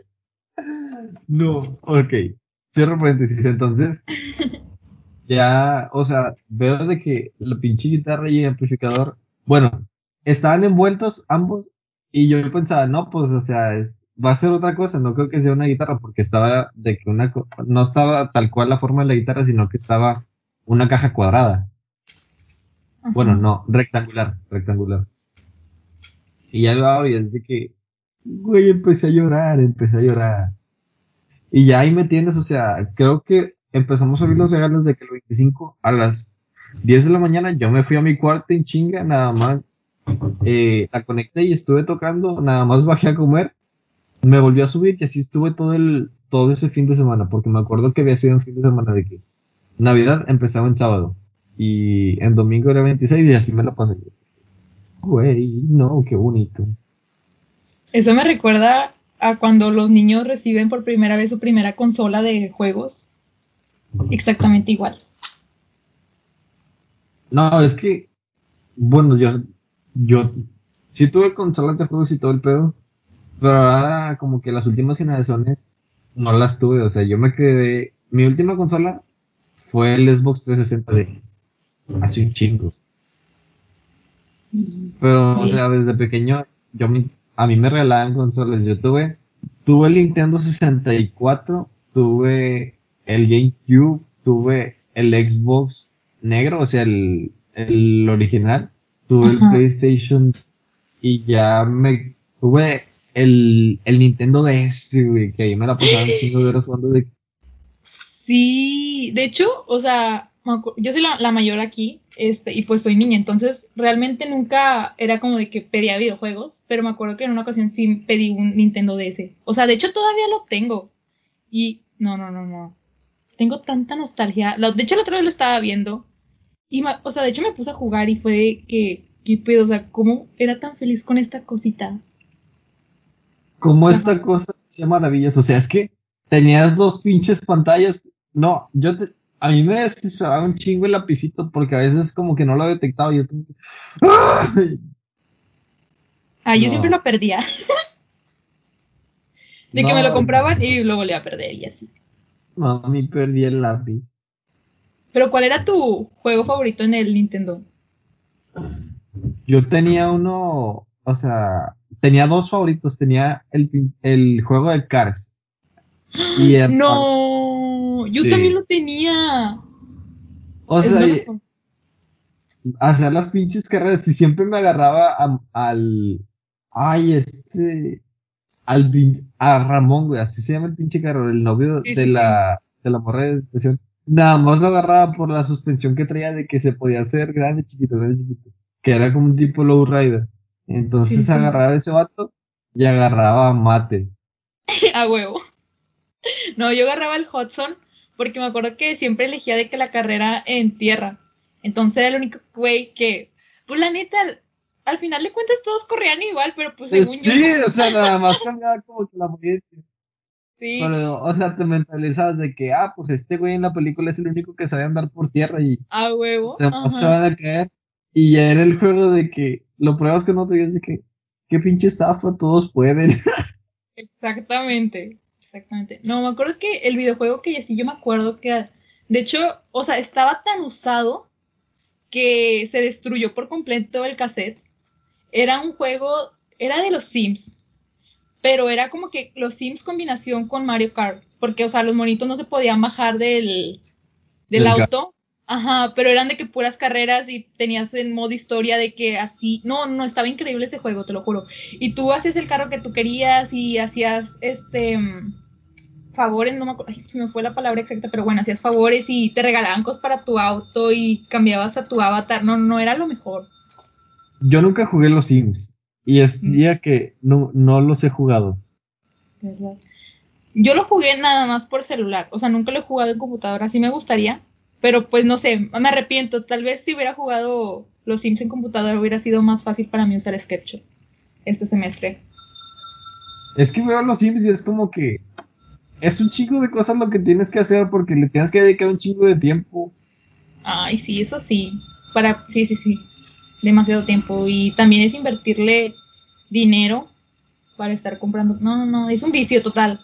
Speaker 1: No, ok. Cierro paréntesis, entonces, ya, o sea, veo de que la pinche guitarra y el amplificador, bueno, estaban envueltos ambos y yo pensaba, no, pues, o sea, va a ser otra cosa, no creo que sea una guitarra porque estaba de que no estaba tal cual la forma de la guitarra, sino que estaba una caja cuadrada. Bueno,
Speaker 2: Ajá.
Speaker 1: no, rectangular, rectangular. Y ya lo abro y es de que, güey, empecé a llorar. Y ya ahí me tienes, o sea, creo que empezamos a abrir los regalos de que el 25 a las 10 de la mañana yo me fui a mi cuarto en chinga, nada más la conecté y estuve tocando, nada más bajé a comer, me volví a subir y así estuve todo ese fin de semana, porque me acuerdo que había sido un fin de semana de que Navidad empezaba en sábado y en domingo era 26 y así me la pasé. Güey, no, qué bonito.
Speaker 2: Eso me recuerda a cuando los niños reciben por primera vez su primera consola de juegos. Exactamente igual.
Speaker 1: No, es que, bueno, yo sí tuve consolas de juegos y todo el pedo. Pero ahora como que las últimas generaciones no las tuve, o sea, yo me quedé, mi última consola fue el Xbox 360 de hace un chingo. Pero, o
Speaker 2: Sí.
Speaker 1: sea, desde pequeño a mí me regalaban consolas. Tuve el Nintendo 64, tuve el GameCube, tuve el Xbox negro, o sea, el original, tuve el
Speaker 2: Ajá.
Speaker 1: PlayStation y ya me tuve el Nintendo DS, güey, que ahí me la pasaban chingo de horas jugando de...
Speaker 2: Sí, de hecho, o sea, yo soy la mayor aquí, y pues soy niña, entonces realmente nunca era como de que pedía videojuegos, pero me acuerdo que en una ocasión sí pedí un Nintendo DS. O sea, de hecho todavía lo tengo. Y no, no, no, no. Tengo tanta nostalgia. De hecho, el otro día lo estaba viendo. Y, o sea, de hecho me puse a jugar y fue de que, ¿qué pedo? O sea, ¿cómo era tan feliz con esta cosita?
Speaker 1: Como
Speaker 2: Ajá.
Speaker 1: esta cosa hacía maravillas, o sea, es que tenías dos pinches pantallas. No, a mí me desesperaba un chingo el lapicito porque a veces como que no lo detectaba y es como que... ¡ay!
Speaker 2: Ah, yo siempre
Speaker 1: No,
Speaker 2: lo perdía. De que me lo
Speaker 1: no,
Speaker 2: compraban y lo volvía a perder y así.
Speaker 1: mami, perdí el lápiz.
Speaker 2: Pero ¿cuál era tu juego favorito en el Nintendo?
Speaker 1: Yo tenía uno, o sea, tenía dos favoritos. Tenía el juego de Cars. Y
Speaker 2: No, yo también
Speaker 1: sí.
Speaker 2: lo tenía.
Speaker 1: O
Speaker 2: Es
Speaker 1: sea,
Speaker 2: lo mejor.
Speaker 1: hacer las pinches carreras y siempre me agarraba al. Ay, a Ramón, güey, así se llama el pinche carro, el novio
Speaker 2: Sí, sí, sí.
Speaker 1: de la morra de estación. Nada más lo agarraba por la suspensión que traía de que se podía hacer grande, chiquito. Que era como un tipo lowrider.
Speaker 2: Sí, sí,
Speaker 1: Entonces
Speaker 2: sí.
Speaker 1: agarraba ese vato y agarraba a Mate.
Speaker 2: A huevo. No, yo agarraba el Hudson porque me acuerdo que siempre elegía de que la carrera en tierra. Entonces era el único güey que, pues la neta, al final de cuentas todos corrían igual, pero pues según yo,
Speaker 1: Sí, o sea, nada más cambiaba como que la apariencia.
Speaker 2: sí,
Speaker 1: Pero, o sea, te mentalizabas de que, pues este güey en la película es el único que sabe andar por tierra y
Speaker 2: a
Speaker 1: los
Speaker 2: huevo,
Speaker 1: demás se
Speaker 2: ajá.
Speaker 1: van a caer. Y ya era el juego de que lo pruebas con otro y es de que, qué pinche estafa, todos pueden.
Speaker 2: Exactamente, exactamente. No, me acuerdo que el videojuego que sí yo me acuerdo que, de hecho, o sea, estaba tan usado que se destruyó por completo el cassette. Era un juego, era de los Sims, pero era como que los Sims combinación con Mario Kart, porque, o sea, los monitos no se podían bajar del
Speaker 1: Del ca-
Speaker 2: auto, ajá, pero eran de que puras carreras y tenías en modo historia de que así, no, no, estaba increíble ese juego, te lo juro. Y tú hacías el carro que tú querías y hacías, favores, no me acuerdo, se me fue la palabra exacta, pero bueno, hacías favores y te regalaban cosas para tu auto y cambiabas a tu avatar, no, no era lo mejor.
Speaker 1: Yo nunca jugué los Sims. Y es día que no los he jugado.
Speaker 2: ¿Verdad? Yo lo jugué nada más por celular, o sea, nunca lo he jugado en computadora, sí me gustaría, pero pues no sé, me arrepiento, tal vez si hubiera jugado los Sims en computadora hubiera sido más fácil para mí usar SketchUp este semestre.
Speaker 1: Es que veo los Sims y es como que es un chingo de cosas lo que tienes que hacer porque le tienes que dedicar un chingo de tiempo.
Speaker 2: Ay, sí, eso sí, sí, sí, sí, demasiado tiempo y también es invertirle dinero para estar comprando, no, no, no, es un vicio total.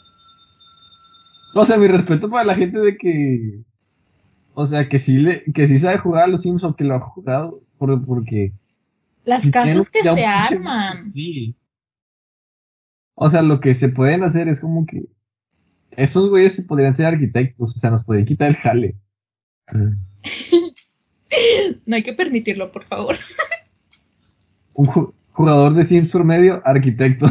Speaker 1: O sea, mi respeto para la gente de que, o sea, que sí sabe jugar a los Sims o que lo ha jugado, porque
Speaker 2: Las
Speaker 1: si tienen
Speaker 2: casas que
Speaker 1: ya
Speaker 2: se
Speaker 1: un pinche vicio,
Speaker 2: arman.
Speaker 1: sí. O sea, lo que se pueden hacer es como que esos güeyes podrían ser arquitectos, o sea, nos podrían quitar el jale.
Speaker 2: No hay que permitirlo, por favor.
Speaker 1: Un jugador de Sims promedio, arquitecto.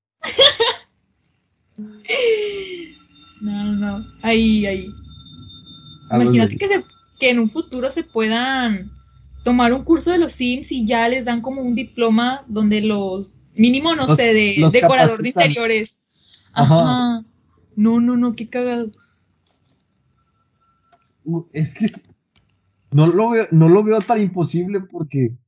Speaker 2: No, no, no. Ahí, ahí.
Speaker 1: Algo
Speaker 2: Imagínate
Speaker 1: así.
Speaker 2: que en un futuro se puedan tomar un curso de los Sims y ya les dan como un diploma donde los, mínimo, no sé, de
Speaker 1: Los
Speaker 2: decorador de
Speaker 1: capacitan.
Speaker 2: interiores.
Speaker 1: Ajá.
Speaker 2: Ajá. No, no, no, qué cagado.
Speaker 1: Es que no lo veo tan imposible porque,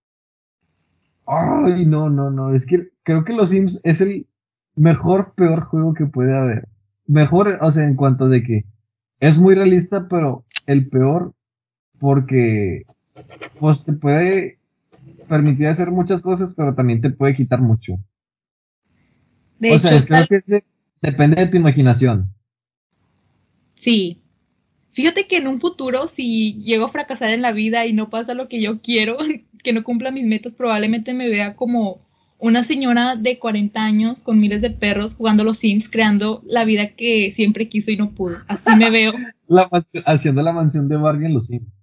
Speaker 1: ay, no. Es que creo que los Sims es el peor juego que puede haber. Mejor, o sea, en cuanto de que es muy realista, pero el peor porque, pues, te puede permitir hacer muchas cosas, pero también te puede quitar mucho.
Speaker 2: De
Speaker 1: O sea,
Speaker 2: hecho,
Speaker 1: creo
Speaker 2: tal,
Speaker 1: que depende de tu imaginación.
Speaker 2: sí. Fíjate que en un futuro, si llego a fracasar en la vida y no pasa lo que yo quiero, que no cumpla mis metas, probablemente me vea como una señora de 40 años con miles de perros jugando los Sims, creando la vida que siempre quiso y no pudo. Así me veo.
Speaker 1: Haciendo la mansión de Barbie en los Sims.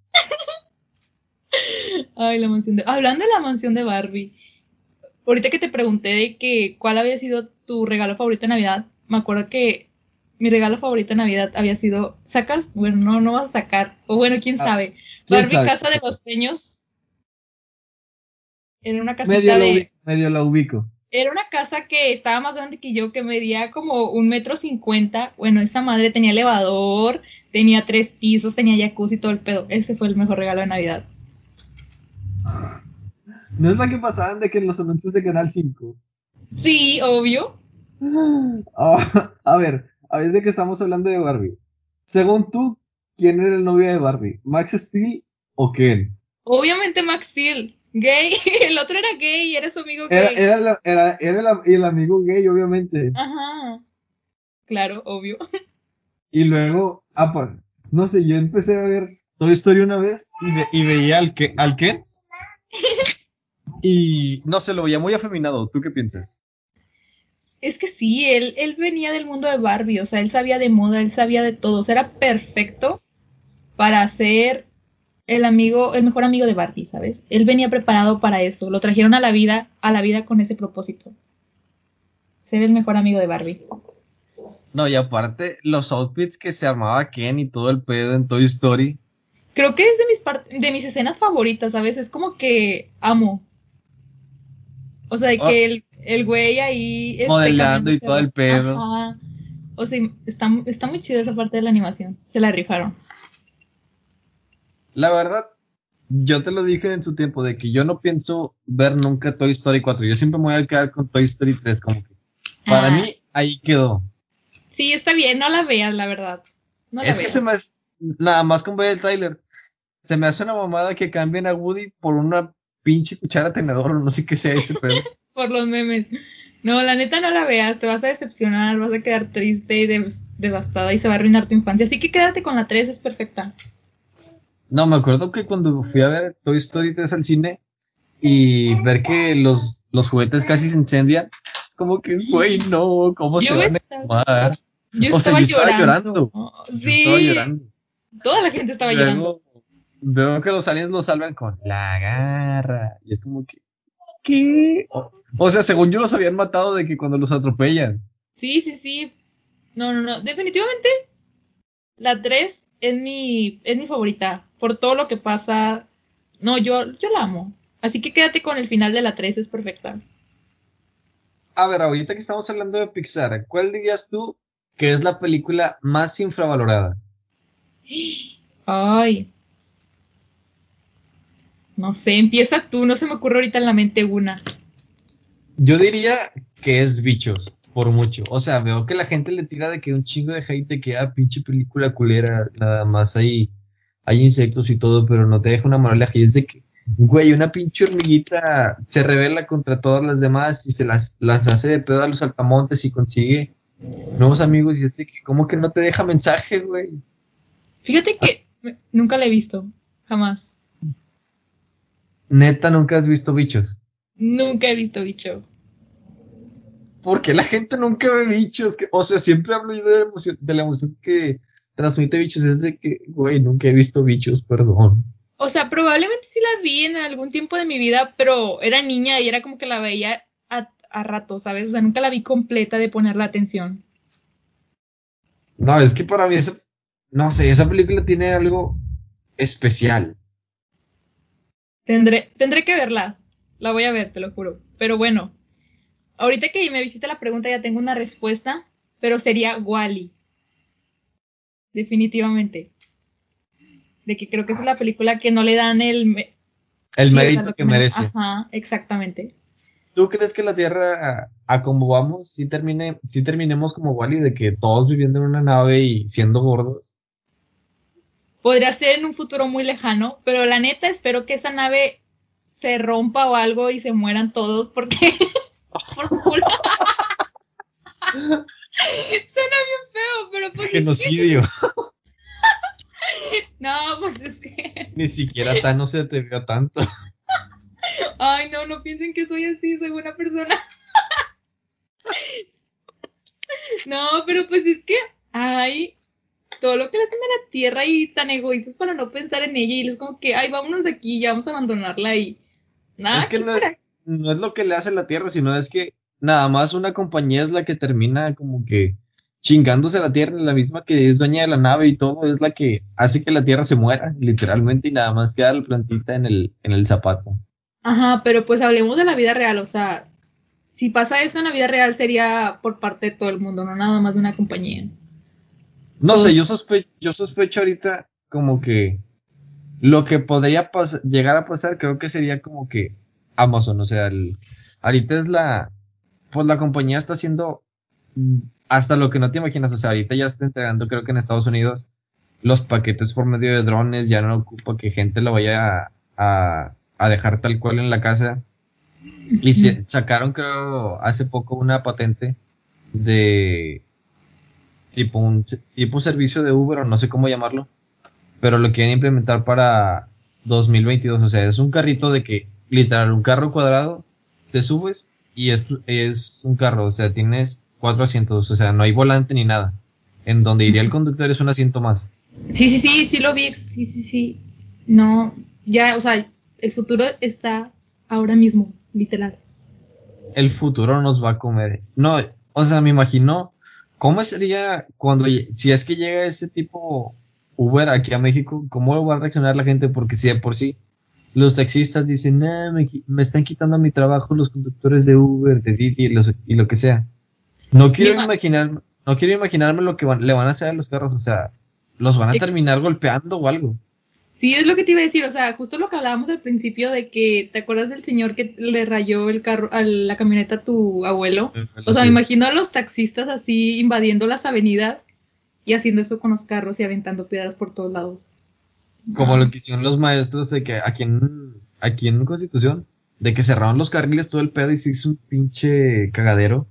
Speaker 2: Ay, la mansión de... Hablando de la mansión de Barbie, ahorita que te pregunté de que cuál había sido tu regalo favorito de Navidad, me acuerdo que mi regalo favorito de Navidad había sido, ¿sacas? Bueno, no, no vas a sacar, o bueno, quién
Speaker 1: Ah,
Speaker 2: sabe.
Speaker 1: quién
Speaker 2: Barbie
Speaker 1: sabe.
Speaker 2: Casa de los Sueños, era una
Speaker 1: Medio
Speaker 2: casita
Speaker 1: la
Speaker 2: de...
Speaker 1: ubico, medio la ubico.
Speaker 2: Era una casa que estaba más grande que yo, que medía como 1,50 m. Bueno, esa madre tenía elevador, tenía 3 pisos, tenía jacuzzi y todo el pedo. Ese fue el mejor regalo de Navidad.
Speaker 1: No es la que pasaban de que en los anuncios de Canal 5.
Speaker 2: Sí, obvio.
Speaker 1: A ver de que estamos hablando de Barbie. Según tú, ¿quién era el novio de Barbie? ¿Max Steel o Ken?
Speaker 2: Obviamente Max Steel, gay. El otro era gay y era su amigo
Speaker 1: Era,
Speaker 2: gay.
Speaker 1: era, la- era, era el amigo gay, obviamente.
Speaker 2: Ajá, claro, obvio.
Speaker 1: Y luego, pues, no sé, yo empecé a ver Toy Story una vez y veía al Ken y no sé, lo veía muy afeminado. ¿Tú qué piensas?
Speaker 2: Es que sí, él venía del mundo de Barbie, o sea, él sabía de moda, él sabía de todo, o sea, era perfecto para ser el amigo, el mejor amigo de Barbie, ¿sabes? Él venía preparado para eso, lo trajeron a la vida con ese propósito, ser el mejor amigo de Barbie.
Speaker 1: No, y aparte, los outfits que se armaba Ken y todo el pedo en Toy Story.
Speaker 2: Creo que es de mis escenas favoritas, ¿sabes? Es como que amo. O sea, de
Speaker 1: Oh,
Speaker 2: que el güey ahí
Speaker 1: modeleando y
Speaker 2: cambiándose
Speaker 1: todo
Speaker 2: ropa.
Speaker 1: el pedo.
Speaker 2: Ajá. O sea, está muy chida esa parte de la animación. Se la rifaron.
Speaker 1: La verdad, yo te lo dije en su tiempo, de que yo no pienso ver nunca Toy Story 4. Yo siempre me voy a quedar con Toy Story 3, como que para
Speaker 2: Ah,
Speaker 1: mí ahí quedó.
Speaker 2: sí, está bien, no la veas, la verdad. No la
Speaker 1: Es que
Speaker 2: veas.
Speaker 1: se me hace, nada más con ver el tráiler, se me hace una mamada que cambien a Woody por una pinche cuchara tenedor o no sé qué sea ese pedo.
Speaker 2: Por los memes. No, la neta no la veas, te vas a decepcionar, vas a quedar triste y devastada y se va a arruinar tu infancia. Así que quédate con la 3, es perfecta.
Speaker 1: No, me acuerdo que cuando fui a ver Toy Story 3 al cine y ver que los juguetes casi se incendian, es como que, güey, no, ¿cómo se
Speaker 2: Yo
Speaker 1: van a
Speaker 2: estaba,
Speaker 1: quemar?
Speaker 2: yo
Speaker 1: O sea,
Speaker 2: estaba
Speaker 1: yo estaba
Speaker 2: llorando.
Speaker 1: llorando, yo estaba
Speaker 2: Sí,
Speaker 1: llorando.
Speaker 2: toda la gente
Speaker 1: Y
Speaker 2: estaba llorando.
Speaker 1: luego veo que los aliens lo salvan con la garra. Y es como que, ¿qué? O sea, según yo los habían matado de que cuando los atropellan.
Speaker 2: Sí, sí, sí. No, no, no. Definitivamente la 3 es mi favorita. Por todo lo que pasa. No, yo la amo. Así que quédate con el final de la 3, es perfecta.
Speaker 1: A ver, ahorita que estamos hablando de Pixar, ¿cuál dirías tú que es la película más infravalorada?
Speaker 2: Ay, no sé, empieza tú, no se me ocurre ahorita en la mente una.
Speaker 1: Yo diría que es Bichos, por mucho. O sea, veo que la gente le tira de que un chingo de hate de que, pinche película culera, nada más hay insectos y todo, pero no te deja una moraleja. Y es de que, güey, una pinche hormiguita se revela contra todas las demás y las hace de pedo a los altamontes y consigue nuevos amigos. Y es de que, ¿cómo que no te deja mensaje, güey?
Speaker 2: Fíjate que nunca la he visto, jamás.
Speaker 1: Neta, nunca has visto Bichos.
Speaker 2: Nunca he visto bicho.
Speaker 1: Porque la gente nunca ve bichos. O sea, siempre hablo yo de la emoción que transmite bichos. Es de que, güey, nunca he visto bichos, perdón.
Speaker 2: O sea, probablemente sí la vi en algún tiempo de mi vida, pero era niña y era como que la veía a rato, ¿sabes? O sea, nunca la vi completa de ponerle atención.
Speaker 1: No, es que para mí no sé, esa película tiene algo especial.
Speaker 2: Tendré que verla. La voy a ver, te lo juro. Pero bueno, ahorita que me hiciste la pregunta ya tengo una respuesta, pero sería Wally, definitivamente. De que creo que esa es la película que no le dan
Speaker 1: El
Speaker 2: sí, o sea,
Speaker 1: mérito
Speaker 2: lo
Speaker 1: que
Speaker 2: que menos.
Speaker 1: merece.
Speaker 2: Ajá, exactamente.
Speaker 1: ¿Tú crees que la Tierra, a como vamos, sí terminemos como Wally, de que todos viviendo en una nave y siendo gordos?
Speaker 2: Podría ser en un futuro muy lejano, pero la neta espero que esa nave se rompa o algo y se mueran todos porque por su culpa. Suena bien feo, pero pues es que
Speaker 1: Genocidio.
Speaker 2: no, pues es que
Speaker 1: Ni siquiera Thanos se atrevió tanto.
Speaker 2: ay, no, no piensen que soy así, soy buena persona. No, pero pues es que ay, todo lo que le hacen a la Tierra y tan egoístas para no pensar en ella y es como que ay, vámonos de aquí, ya vamos a abandonarla y
Speaker 1: Es
Speaker 2: nada,
Speaker 1: que
Speaker 2: que
Speaker 1: no es lo que le hace la Tierra, sino es que nada más una compañía es la que termina como que chingándose la Tierra, la misma que es dueña de la nave y todo, es la que hace que la Tierra se muera, literalmente, y nada más queda la plantita en el zapato.
Speaker 2: ajá, pero pues hablemos de la vida real, o sea, si pasa eso en la vida real sería por parte de todo el mundo, no nada más de una compañía.
Speaker 1: No sé,
Speaker 2: Todos,
Speaker 1: yo sospecho ahorita como que lo que podría llegar a pasar, creo que sería como que Amazon, o sea, ahorita pues la compañía está haciendo hasta lo que no te imaginas, o sea, ahorita ya está entregando, creo que en Estados Unidos, los paquetes por medio de drones, ya no ocupa que gente lo vaya a dejar tal cual en la casa. Y sacaron, creo, hace poco una patente de tipo servicio de Uber, o no sé cómo llamarlo, pero lo quieren implementar para 2022. O sea, es un carrito de que, literal, un carro cuadrado, te subes, y es un carro, o sea, tienes 4 asientos, o sea, no hay volante ni nada. En donde iría el conductor es un asiento más.
Speaker 2: Sí, sí, sí, sí lo vi, sí, sí, sí. No, ya, o sea, el futuro está ahora mismo, literal.
Speaker 1: El futuro nos va a comer. No, o sea, me imagino cómo sería cuando, si es que llega ese tipo Uber aquí a México, cómo va a reaccionar la gente, porque si de por sí los taxistas dicen, nah, me están quitando mi trabajo los conductores de Uber, de Didi y lo que sea. No
Speaker 2: Mi
Speaker 1: quiero
Speaker 2: ma-
Speaker 1: imaginar, no quiero imaginarme lo que le van a hacer a los carros, o sea, los van a terminar golpeando o algo.
Speaker 2: Sí, es lo que te iba a decir, o sea, justo lo que hablábamos al principio de que, ¿te acuerdas del señor que le rayó el carro, a la camioneta a tu abuelo? O
Speaker 1: Lo
Speaker 2: sea, me
Speaker 1: sé.
Speaker 2: imagino a los taxistas así invadiendo las avenidas y haciendo eso con los carros y aventando piedras por todos lados.
Speaker 1: Como lo
Speaker 2: No.
Speaker 1: que hicieron los maestros de que aquí en Constitución, de que cerraron los carriles todo el pedo y se hizo un pinche cagadero.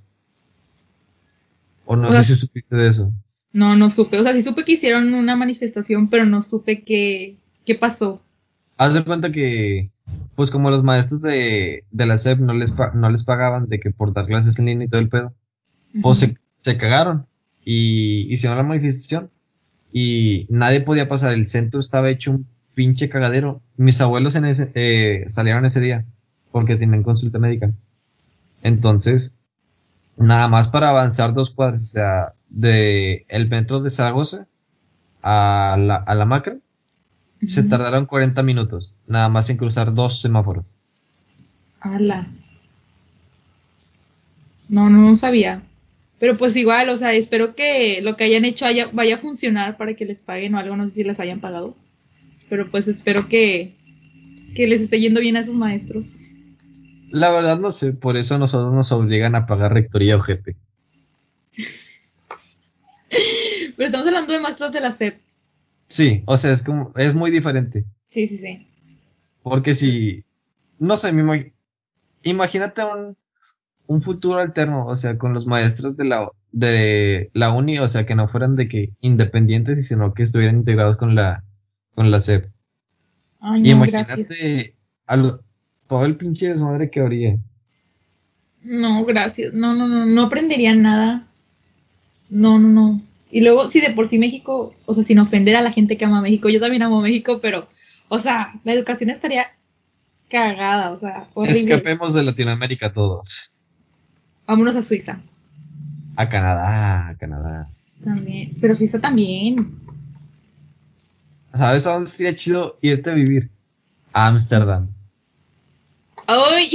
Speaker 1: O no
Speaker 2: O sea,
Speaker 1: sé si supiste de eso.
Speaker 2: no, no supe. O sea, sí supe que hicieron una manifestación, pero no supe qué pasó.
Speaker 1: Haz de cuenta que, pues como los maestros de la SEP no les pagaban de que por dar clases en línea y todo el pedo, pues
Speaker 2: Ujú.
Speaker 1: se cagaron y hicieron la manifestación y nadie podía pasar. El centro estaba hecho un pinche cagadero. Mis abuelos salieron ese día porque tenían consulta médica. Entonces, nada más para avanzar 2 cuadras, o sea, de el metro de Zaragoza a la Macro, se
Speaker 2: Ujú.
Speaker 1: tardaron 40 minutos, nada más en cruzar 2 semáforos.
Speaker 2: Ala. No, no, no sabía. Pero pues igual, o sea, espero que lo que hayan hecho vaya a funcionar para que les paguen o algo, no sé si les hayan pagado. Pero pues espero que les esté yendo bien a esos maestros.
Speaker 1: La verdad no sé, por eso nosotros nos obligan a pagar rectoría o GP.
Speaker 2: Pero estamos hablando de maestros de la SEP.
Speaker 1: Sí, o sea, es muy diferente.
Speaker 2: Sí, sí, sí.
Speaker 1: Porque si, no sé, imagínate un futuro alterno, o sea, con los maestros de la uni, o sea, que no fueran de que independientes, sino que estuvieran integrados con la SEP.
Speaker 2: Ay, no, gracias.
Speaker 1: Imagínate todo el pinche desmadre que habría.
Speaker 2: No, gracias. No, no, no, no aprendería nada. No, no, no. Y luego, si de por sí México, o sea, sin ofender a la gente que ama México, yo también amo México, pero, o sea, la educación estaría cagada, o sea, horrible.
Speaker 1: Escapemos de Latinoamérica todos.
Speaker 2: Vámonos a Suiza
Speaker 1: A Canadá, a Canadá.
Speaker 2: también. Pero Suiza también.
Speaker 1: ¿Sabes a dónde sería chido irte a vivir? A Ámsterdam.
Speaker 2: ¡Ay!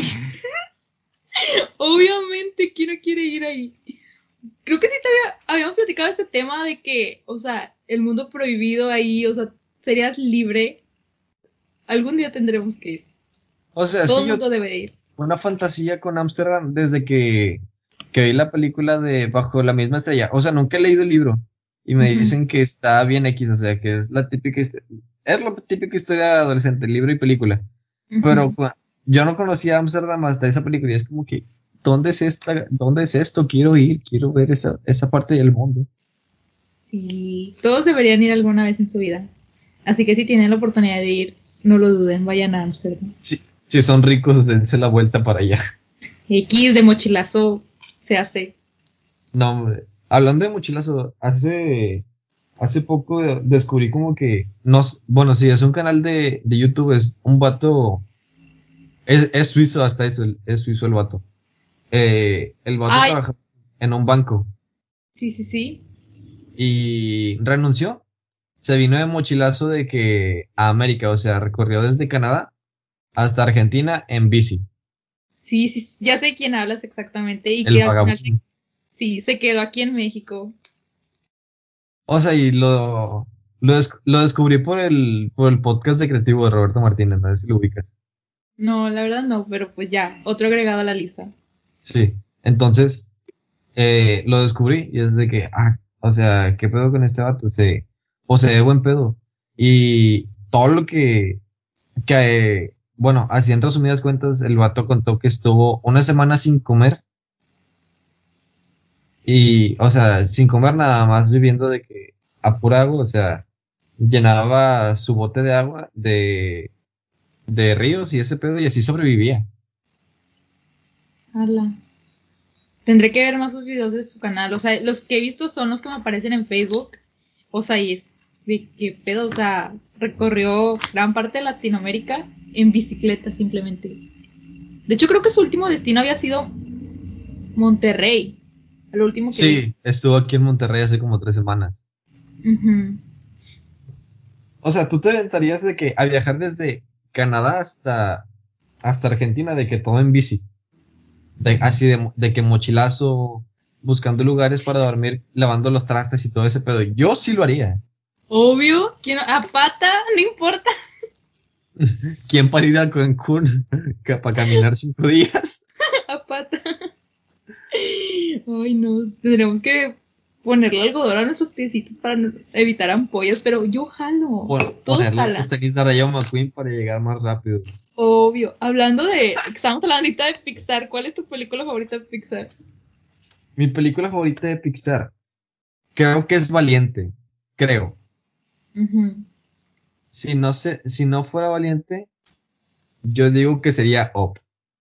Speaker 2: Obviamente, ¿quién no quiere ir ahí? Creo que sí habíamos platicado este tema de que, o sea, el mundo prohibido ahí, o sea, serías libre. Algún día tendremos que ir.
Speaker 1: O sea, es
Speaker 2: Todo
Speaker 1: que
Speaker 2: el
Speaker 1: yo
Speaker 2: mundo debe ir.
Speaker 1: una fantasía con Ámsterdam desde que vi la película de Bajo la misma estrella. O sea, nunca he leído el libro. Y me
Speaker 2: Ujú,
Speaker 1: dicen que está bien X, o sea, que es la típica historia de adolescente, libro y película. Pero
Speaker 2: ujú.
Speaker 1: yo no conocía Ámsterdam hasta esa película y es como que, ¿dónde es esto? Quiero ir, quiero ver esa parte del mundo.
Speaker 2: Sí, todos deberían ir alguna vez en su vida. Así que si tienen la oportunidad de ir, no lo duden, vayan a Amsterdam.
Speaker 1: Si son ricos, dense la vuelta para allá.
Speaker 2: X de mochilazo se hace.
Speaker 1: No, hombre. Hablando de mochilazo, hace poco descubrí como que, no, bueno, sí, es un canal de YouTube, es un vato, es suizo hasta eso, es suizo el vato. El vato
Speaker 2: Ay,
Speaker 1: trabaja en un banco
Speaker 2: sí, sí, sí.
Speaker 1: y renunció. Se vino de mochilazo de que a América, o sea, recorrió desde Canadá hasta Argentina en bici,
Speaker 2: Sí, sí, ya sé quién hablas exactamente y
Speaker 1: el
Speaker 2: que al final
Speaker 1: vagabundo.
Speaker 2: sí, se quedó aquí en México.
Speaker 1: O sea, y lo descubrí por el podcast de creativo de Roberto Martínez, no sé si lo ubicas.
Speaker 2: No, la verdad no, pero pues ya, otro agregado a la lista.
Speaker 1: Sí, entonces lo descubrí y es de que, o sea, ¿qué pedo con este vato? Se ve buen pedo. Y todo lo bueno, así en resumidas cuentas, el vato contó que estuvo una semana sin comer y, o sea, sin comer nada más viviendo de que a pura agua, o sea, llenaba su bote de agua de ríos y ese pedo y así sobrevivía.
Speaker 2: Ala. Tendré que ver más sus videos de su canal. O sea, los que he visto son los que me aparecen en Facebook. O sea, y es de qué pedo. O sea, recorrió gran parte de Latinoamérica en bicicleta simplemente. De hecho, creo que su último destino había sido Monterrey. Lo último que vi.
Speaker 1: Sí, estuvo aquí en Monterrey hace como 3 semanas.
Speaker 2: Ujú.
Speaker 1: O sea, tú te aventarías de que a viajar desde Canadá hasta Argentina, de que todo en bici. Así de que mochilazo, buscando lugares para dormir, lavando los trastes y todo ese pedo. Yo sí lo haría.
Speaker 2: Obvio. ¿Quién, a pata? No importa.
Speaker 1: ¿Quién para ir a Cancún para caminar 5 días?
Speaker 2: A pata. Ay, no. Tendremos que ponerle algodón a nuestros piecitos para evitar ampollas, pero yo jalo. Todos
Speaker 1: Ponerle
Speaker 2: jalan.
Speaker 1: los tenis de Rayo McQueen para llegar más rápido.
Speaker 2: Obvio. Hablando de. Estamos hablando ahorita de Pixar. ¿Cuál es tu película favorita de Pixar?
Speaker 1: Mi película favorita de Pixar, creo que es Valiente. Creo.
Speaker 2: Ujú.
Speaker 1: Si no fuera Valiente, yo digo que sería Up.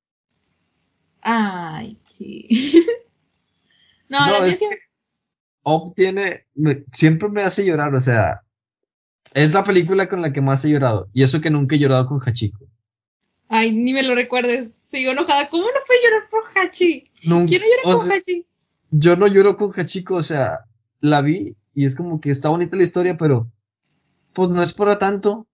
Speaker 2: Ay, sí. No, la
Speaker 1: No,
Speaker 2: mía
Speaker 1: es
Speaker 2: sí.
Speaker 1: que Up siempre me hace llorar, o sea, es la película con la que más he llorado. Y eso que nunca he llorado con Hachiko.
Speaker 2: Ay, ni me lo recuerdes. Sigo enojada. ¿Cómo no puedes llorar por Hachi? ¿Quién
Speaker 1: Nunca,
Speaker 2: no llora
Speaker 1: o
Speaker 2: por
Speaker 1: sea,
Speaker 2: Hachi?
Speaker 1: yo no lloro con Hachiko, o sea, la vi y es como que está bonita la historia, pero pues no es para tanto.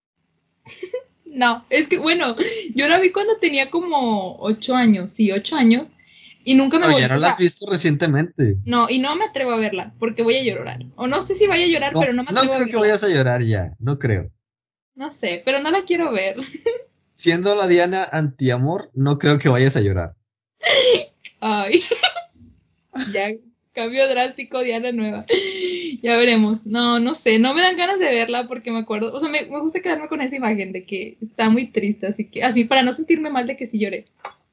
Speaker 2: No, es que bueno, yo la vi cuando tenía como 8 años, sí, 8 años, y nunca me
Speaker 1: Pero ya
Speaker 2: volví,
Speaker 1: no
Speaker 2: o
Speaker 1: la has
Speaker 2: sea,
Speaker 1: visto recientemente.
Speaker 2: no, y no me atrevo a verla, porque voy a llorar. O no sé si vaya a llorar,
Speaker 1: No,
Speaker 2: pero no me
Speaker 1: no
Speaker 2: atrevo a
Speaker 1: creo que
Speaker 2: verla.
Speaker 1: vayas a llorar ya, no creo.
Speaker 2: No sé, pero no la quiero ver.
Speaker 1: Siendo la Diana antiamor, no creo que vayas a llorar.
Speaker 2: Ay, ya, cambio drástico, Diana nueva. Ya veremos. No, no sé, no me dan ganas de verla porque me acuerdo, o sea, me gusta quedarme con esa imagen de que está muy triste, así que, así, para no sentirme mal de que sí lloré.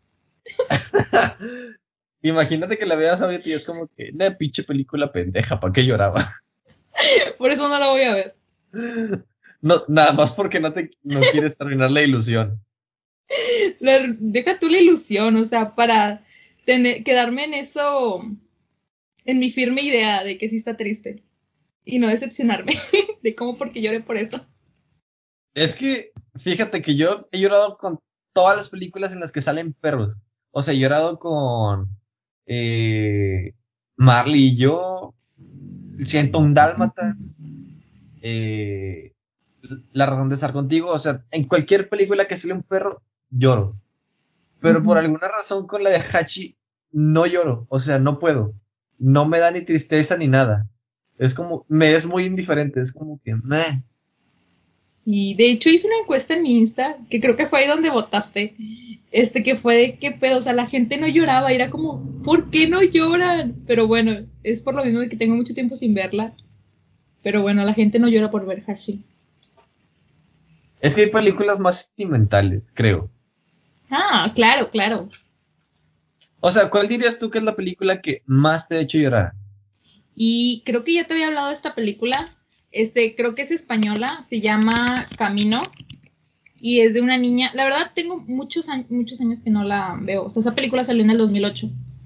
Speaker 1: Imagínate que la veas ahorita y es como que, la pinche película pendeja, ¿para qué lloraba?
Speaker 2: Por eso no la voy a ver.
Speaker 1: No, nada más porque no quieres arruinar la ilusión.
Speaker 2: Deja tú la ilusión, o sea, para quedarme en eso, en mi firme idea de que sí está triste y no decepcionarme de cómo porque lloré por eso.
Speaker 1: Es que, fíjate que yo he llorado con todas las películas en las que salen perros. O sea, he llorado con eh, Marley y yo, 101 Dálmatas, eh, La razón de estar contigo. O sea, en cualquier película que sale un perro, lloro. Pero por
Speaker 2: Ujú.
Speaker 1: alguna razón con la de Hachi no lloro. O sea, no puedo. No me da ni tristeza ni nada. Es como, me es muy indiferente. Es como que, meh.
Speaker 2: Y de hecho hice una encuesta en mi Insta, que creo que fue ahí donde votaste, que fue de qué pedo, o sea, la gente no lloraba, y era como, ¿por qué no lloran? Pero bueno, es por lo mismo de que tengo mucho tiempo sin verla, pero bueno, la gente no llora por ver Hashi.
Speaker 1: Es que hay películas más sentimentales, creo.
Speaker 2: Ah, claro, claro.
Speaker 1: O sea, ¿cuál dirías tú que es la película que más te ha hecho llorar?
Speaker 2: Y creo que ya te había hablado de esta película. Creo que es española, se llama Camino y es de una niña. La verdad tengo muchos años que no la veo. O sea, esa película salió en el 2008.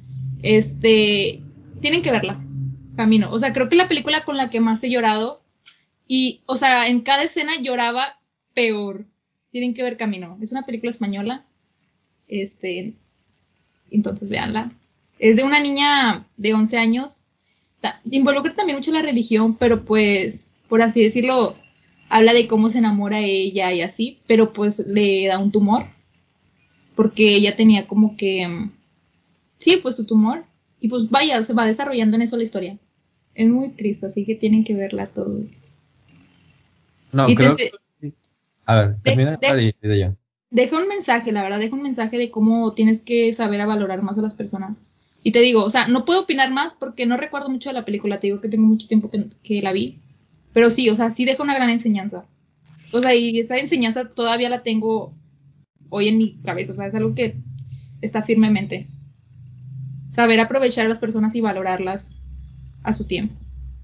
Speaker 2: Tienen que verla. Camino. O sea, creo que la película con la que más he llorado y, o sea, en cada escena lloraba peor. Tienen que ver Camino. Es una película española. Este, entonces véanla. Es de una niña de 11 años. Involucra también mucho la religión, pero pues, por así decirlo, habla de cómo se enamora ella y así, pero pues le da un tumor, porque ella tenía como que, sí, pues su tumor, y pues vaya, se va desarrollando en eso la historia. Es muy triste, así que tienen que verla todos.
Speaker 1: No,
Speaker 2: Y te,
Speaker 1: creo que... A ver,
Speaker 2: de,
Speaker 1: termina de hablar
Speaker 2: de,
Speaker 1: y pido yo.
Speaker 2: deja un mensaje, la verdad, deja un mensaje de cómo tienes que saber a valorar más a las personas. Y te digo, o sea, no puedo opinar más porque no recuerdo mucho de la película, te digo que tengo mucho tiempo que la vi, pero sí, o sea, sí deja una gran enseñanza. O sea, y esa enseñanza todavía la tengo hoy en mi cabeza, o sea, es algo que está firmemente. Saber aprovechar a las personas y valorarlas a su tiempo.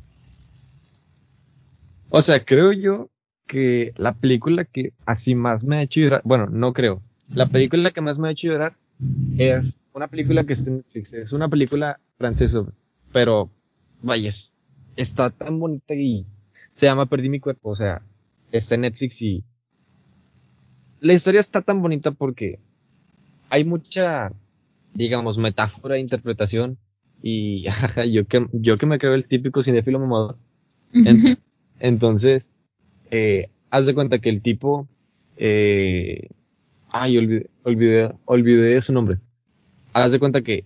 Speaker 1: O sea, creo yo que la película que así más me ha hecho llorar, bueno, no creo. La película que más me ha hecho llorar Es una película que está en Netflix. Es una película francesa, pero vaya, está tan bonita y se llama Perdí mi cuerpo. O sea, está en Netflix y la historia está tan bonita porque hay mucha, digamos, metáfora, interpretación y ajá, yo que me creo el típico cinéfilo mamador. Ent- entonces, haz de cuenta que el tipo, eh, ay, olvidé su nombre. Haz de cuenta que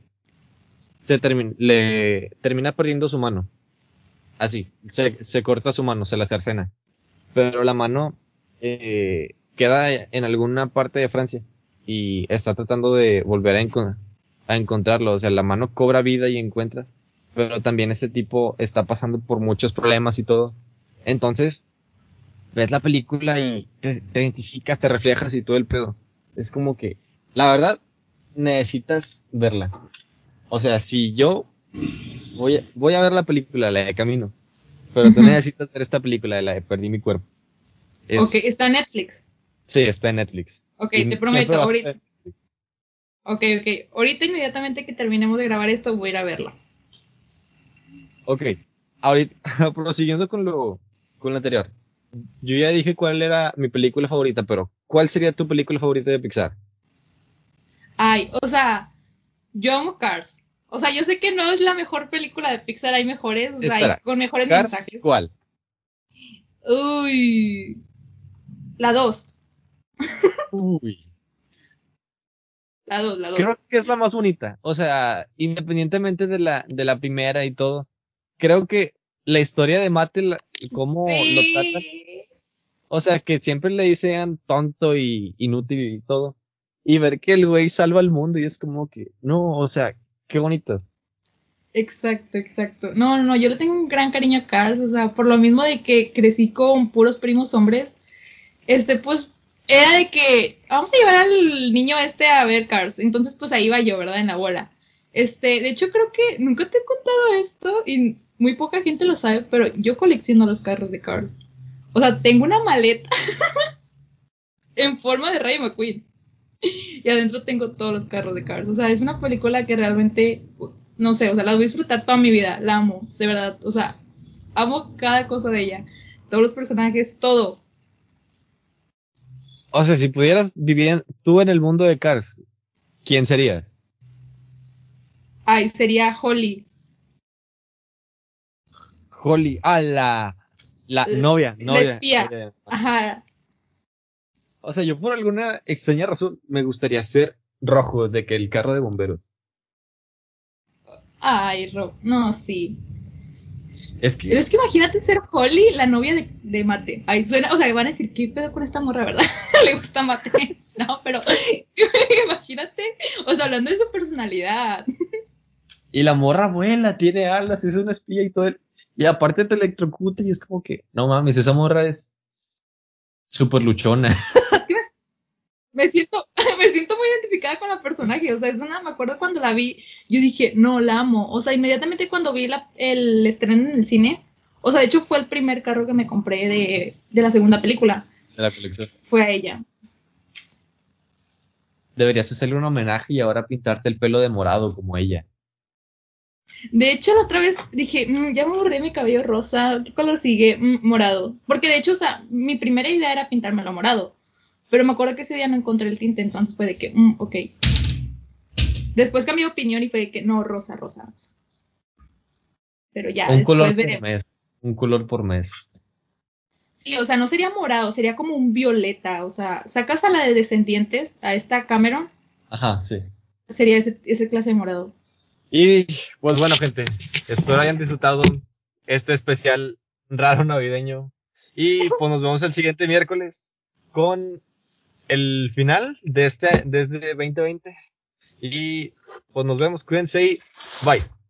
Speaker 1: le termina perdiendo su mano. Así, se corta su mano, se la cercena. Pero la mano queda en alguna parte de Francia y está tratando de volver a encontrarlo. O sea, la mano cobra vida y encuentra. Pero también este tipo está pasando por muchos problemas y todo. Entonces, ves la película y te identificas, te reflejas y todo el pedo. Es como que, la verdad, necesitas verla. O sea, si yo voy a ver la película, la de Camino, pero tú
Speaker 2: Ujú.
Speaker 1: necesitas ver esta película, la de Perdí mi cuerpo.
Speaker 2: Ok,
Speaker 1: Es,
Speaker 2: está en Netflix.
Speaker 1: sí, está en Netflix.
Speaker 2: Ok, te
Speaker 1: Y siempre
Speaker 2: prometo,
Speaker 1: va a
Speaker 2: ahorita,
Speaker 1: estar en Netflix.
Speaker 2: ok, ahorita inmediatamente que terminemos de grabar esto voy a ir a verla.
Speaker 1: Ok, ahorita, prosiguiendo con lo anterior. Yo ya dije cuál era mi película favorita, pero ¿cuál sería tu película favorita de Pixar?
Speaker 2: Ay, o sea, yo amo Cars. O sea, yo sé que no es la mejor película de Pixar, hay mejores, o sea, hay
Speaker 1: Espera,
Speaker 2: con mejores
Speaker 1: ¿Cars
Speaker 2: mensajes.
Speaker 1: cuál?
Speaker 2: Uy, la dos,
Speaker 1: Uy,
Speaker 2: la dos.
Speaker 1: creo que es la más bonita. O sea, independientemente de la primera y todo, creo que la historia de Mate, cómo lo tratan,
Speaker 2: Sí,
Speaker 1: o sea, que siempre le dicen tonto y inútil y todo, y ver que el güey salva al mundo y es como que, no, o sea, qué bonito.
Speaker 2: exacto. No, yo le tengo un gran cariño a Cars, o sea, por lo mismo de que crecí con puros primos hombres, pues era de que vamos a llevar al niño a ver Cars. Entonces, pues ahí iba yo, ¿verdad? En la bola. De hecho, creo que nunca te he contado esto y muy poca gente lo sabe, pero yo colecciono los carros de Cars. O sea, tengo una maleta en forma de Rayo McQueen y adentro tengo todos los carros de Cars. O sea, es una película que realmente, no sé, o sea, la voy a disfrutar toda mi vida. La amo, de verdad. O sea, amo cada cosa de ella. Todos los personajes, todo.
Speaker 1: O sea, si pudieras vivir tú en el mundo de Cars, ¿quién serías?
Speaker 2: Ay, sería Holly.
Speaker 1: Holly, la novia,
Speaker 2: La
Speaker 1: novia,
Speaker 2: espía.
Speaker 1: novia.
Speaker 2: Ajá.
Speaker 1: O sea, yo por alguna extraña razón me gustaría ser rojo, de que el carro de bomberos.
Speaker 2: Ay, Rob. No, sí.
Speaker 1: Es
Speaker 2: Pero
Speaker 1: que,
Speaker 2: es que imagínate ser Holly, la novia de Mate. Ay, suena, o sea, van a decir, ¿qué pedo con esta morra, verdad? Le gusta Mate. No, pero imagínate, o sea, hablando de su personalidad.
Speaker 1: y la morra vuela, tiene alas, es una espía y todo. Y aparte te electrocuta y es como que, no mames, esa morra es súper luchona.
Speaker 2: Es que me siento, me siento muy identificada con la personaje. O sea, me acuerdo cuando la vi, yo dije, no, la amo. O sea, inmediatamente cuando vi el estreno en el cine, o sea, de hecho fue el primer carro que me compré de la segunda película.
Speaker 1: De la colección.
Speaker 2: Fue a ella.
Speaker 1: Deberías hacerle un homenaje y ahora pintarte el pelo de morado como ella.
Speaker 2: De hecho, la otra vez dije, ya me aburrí mi cabello rosa, ¿qué color sigue? Morado. Porque de hecho, o sea, mi primera idea era pintármelo morado. Pero me acuerdo que ese día no encontré el tinte, entonces fue de que, ok. Después cambié de opinión y fue de que, no, rosa. Pero ya,
Speaker 1: Un
Speaker 2: después
Speaker 1: color por
Speaker 2: veremos.
Speaker 1: mes. Un color por mes.
Speaker 2: Sí, o sea, no sería morado, sería como un violeta. O sea, sacas a la de Descendientes, a esta Cameron,
Speaker 1: Ajá, sí.
Speaker 2: sería ese clase de morado.
Speaker 1: Y pues bueno, gente, espero hayan disfrutado este especial raro navideño. Y pues nos vemos el siguiente miércoles con el final de este 2020. Y pues nos vemos, cuídense y bye.